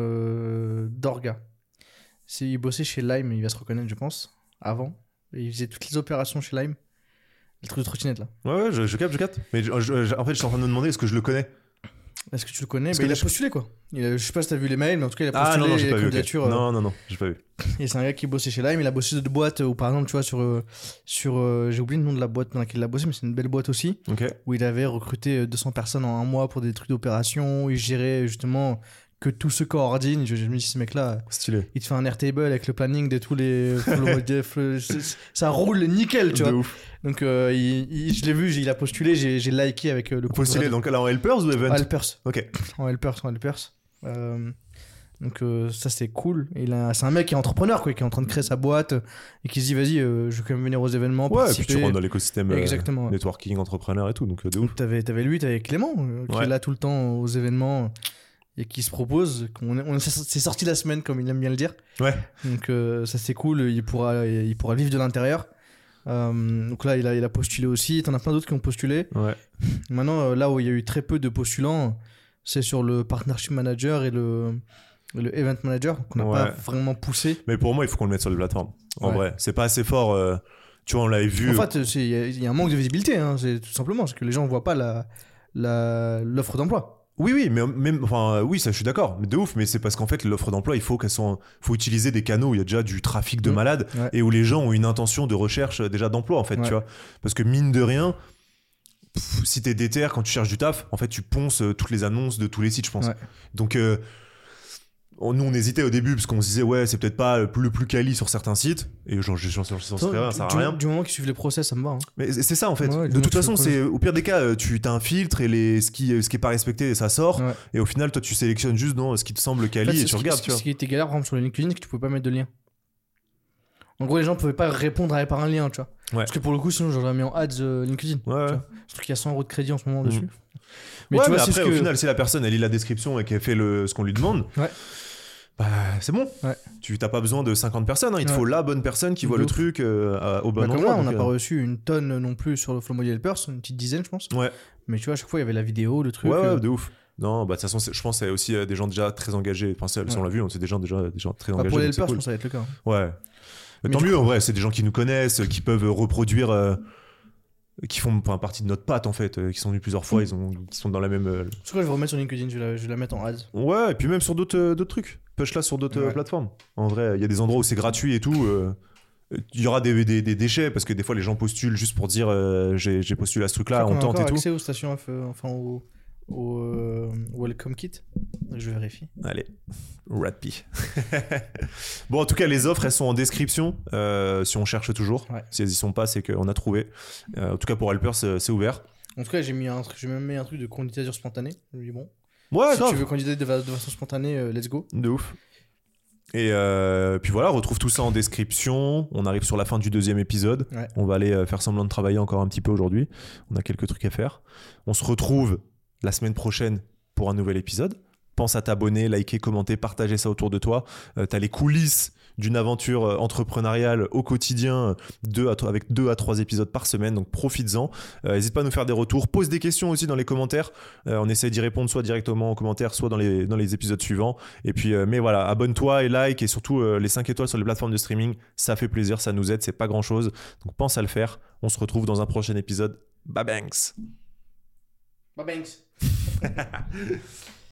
euh, d'orga. C'est, il bossait chez Lime, il va se reconnaître, je pense, avant. Et il faisait toutes les opérations chez Lime. Le truc de trottinette là. Ouais, ouais, je, je capte, je capte. Mais je- je- je- en fait, je suis en train de me demander est-ce que je le connais. Est-ce que tu le connais? Parce Bah, que il a je- postulé quoi. Il a- je sais pas si t'as vu les mails, mais en tout cas il a postulé Ah non, non, j'ai les pas vu. ok. candidatures. euh, Non, non, non, j'ai pas vu. Et c'est un gars qui bossait chez Lime, il a bossé dans des boîtes où par exemple, tu vois, sur. euh, sur euh, j'ai oublié le nom de la boîte dans laquelle il a bossé, mais c'est une belle boîte aussi. Ok. Où il avait recruté euh, deux cents personnes en un mois pour des trucs d'opération, où il gérait justement que tous ceux coordinent. Je, je me dis, ce mec-là, Stylé. il te fait un Airtable avec le planning de tous les. flow- flow- c'est- ça roule nickel, tu De vois. ouf. Donc, euh, il, il- je l'ai vu, j'ai- il a postulé, j'ai j'ai liké avec euh, le Postulé, donc là en Helpers ou Event En Helpers. Ok. En Helpers, en Helpers. Euh, donc, euh, ça, c'est cool. Et il a- c'est un mec qui est entrepreneur, quoi, qui est en train de créer sa boîte euh, et qui se dit, vas-y, euh, je vais quand même venir aux événements. Ouais, et puis participer. tu rentres dans l'écosystème euh, Exactement, ouais. networking, entrepreneur et tout, donc euh, de ouf. Donc t'avais, t'avais lui, t'avais Clément, euh, qui Ouais. est là tout le temps aux événements et qui se propose. qu'on- on, c'est sorti la semaine, comme il aime bien le dire. Ouais. Donc euh, ça c'est cool, il pourra, il pourra vivre de l'intérieur. Euh, donc là, il a, il a postulé aussi. T'en as plein d'autres qui ont postulé. Ouais. Maintenant, euh, là où il y a eu très peu de postulants, c'est sur le partnership manager et le, et le event manager qu'on n'a Ouais. pas vraiment poussé. Mais pour moi, il faut qu'on le mette sur les plateformes. En Ouais. vrai, c'est pas assez fort. euh, Tu vois, on l'avait vu. En fait, c'est- il y, a- il y a un manque de visibilité, hein, c'est tout simplement, c'est que les gens ne voient pas la, la, l'offre d'emploi. Oui, oui, mais même, enfin, euh, oui, ça, je suis d'accord, mais de ouf. Mais c'est parce qu'en fait, l'offre d'emploi, il faut qu'elle soit, faut utiliser des canaux où il y a déjà du trafic de Mmh. malades Ouais. et où les gens ont une intention de recherche euh, déjà d'emploi, en fait, Ouais. tu vois. Parce que mine de rien, pff, si t'es déter quand tu cherches du taf, en fait, tu ponces euh, toutes les annonces de tous les sites, je pense. Ouais. Donc, euh, on- nous, on hésitait au début parce qu'on se disait, ouais, c'est peut-être pas le plus, le plus quali sur certains sites. Et genre, j'en sais rien, ça sert à du, rien. du moment qu'ils suivent les process, ça me va. hein. Mais c'est c'est ça en fait. Ouais, de donc toute tu façon, fais c'est au pire des cas, euh, tu as un filtre et les ce qui ce qui est pas respecté, ça sort. Ouais. Et au final, toi, tu sélectionnes juste non, ce qui te semble En quali fait, et c'est tu ce qui- regardes. ce Tu qui- vois. Ce qui était galère, par exemple, sur le LinkedIn, c'est que tu pouvais pas mettre de lien. En gros, les gens pouvaient pas répondre à- par un lien, tu vois. Ouais. Parce que pour le coup, sinon, j'aurais mis en ads euh, LinkedIn. Ouais, ouais. Tu vois. Surtout qu'il y a cent euros de crédit en ce moment Mhm. dessus. Mais, tu ouais, vois, mais c'est après, ce au que- final, si la personne elle lit la description et qu'elle fait le, ce qu'on lui demande, Ouais. bah, c'est bon. Ouais. Tu t'as pas besoin de cinquante personnes, hein. Il te Ouais. faut la bonne personne qui voit De le ouf. truc euh, à- au bon Bah, comme endroit. là, on n'a donc, pas euh, reçu une tonne non plus sur le Flow Model Helpers, une petite dizaine, je pense. Ouais, Mais tu vois, à chaque fois, il y avait la vidéo, le truc. ouais, euh, ouais, de ouf. Non, bah de toute façon, c'est- je pense que c'est aussi euh, des gens déjà très engagés. Enfin, c'est- si Ouais. on l'a vu, on c'est des gens déjà, des gens très bah, engagés. pour les donc c'est Helpers, je cool. pense que ça va être le cas. hein. Ouais. Mais Mais tant du mieux en vrai, c'est des gens qui nous connaissent, qui peuvent reproduire, euh, qui font enfin, partie de notre patte en fait, euh, qui sont venus plusieurs fois, ils ont, qui sont dans la même. euh, C'est quoi, je vais remettre sur LinkedIn, je vais la, je vais la mettre en ads. Ouais, et puis même sur d'autres euh, d'autres trucs. Push-la sur d'autres Ouais. euh, plateformes. En vrai, il y a des endroits où c'est gratuit et tout. euh, Il y aura des, des, des déchets parce que des fois les gens postulent juste pour dire euh, j'ai j'ai postulé à ce truc-là, Je crois on qu'on a tente et encore tout. accès aux stations F, euh, enfin aux, au euh, Welcome Kit. Je vérifie. Allez, Ratpi. Bon, en tout cas, les offres, elles sont en description euh, si on cherche toujours. Ouais. Si elles y sont pas, c'est qu'on a trouvé. Euh, en tout cas, pour Helpers, c'est, c'est ouvert. En tout cas, j'ai mis un truc, j'ai même mis un truc de candidature spontanée. Je me dis bon. Ouais, si grave. tu veux candidater de, fa- de façon spontanée, euh, let's go. De ouf. Et euh, puis voilà, on retrouve tout ça en description. On arrive sur la fin du deuxième épisode. Ouais. On va aller euh, faire semblant de travailler encore un petit peu aujourd'hui. On a quelques trucs à faire. On se retrouve la semaine prochaine pour un nouvel épisode. Pense à t'abonner, liker, commenter, partager ça autour de toi. Euh, t'as les coulisses d'une aventure euh, entrepreneuriale au quotidien, euh, deux à trois- avec deux à trois épisodes par semaine, donc profites-en. Euh, N'hésite pas à nous faire des retours, pose des questions aussi dans les commentaires. Euh, on essaie d'y répondre soit directement en commentaire, soit dans les, dans les épisodes suivants. Et puis, euh, mais voilà, abonne-toi et like, et surtout euh, les cinq étoiles sur les plateformes de streaming, ça fait plaisir, ça nous aide, c'est pas grand-chose. Donc pense à le faire. On se retrouve dans un prochain épisode. Bye banks. Bye banks.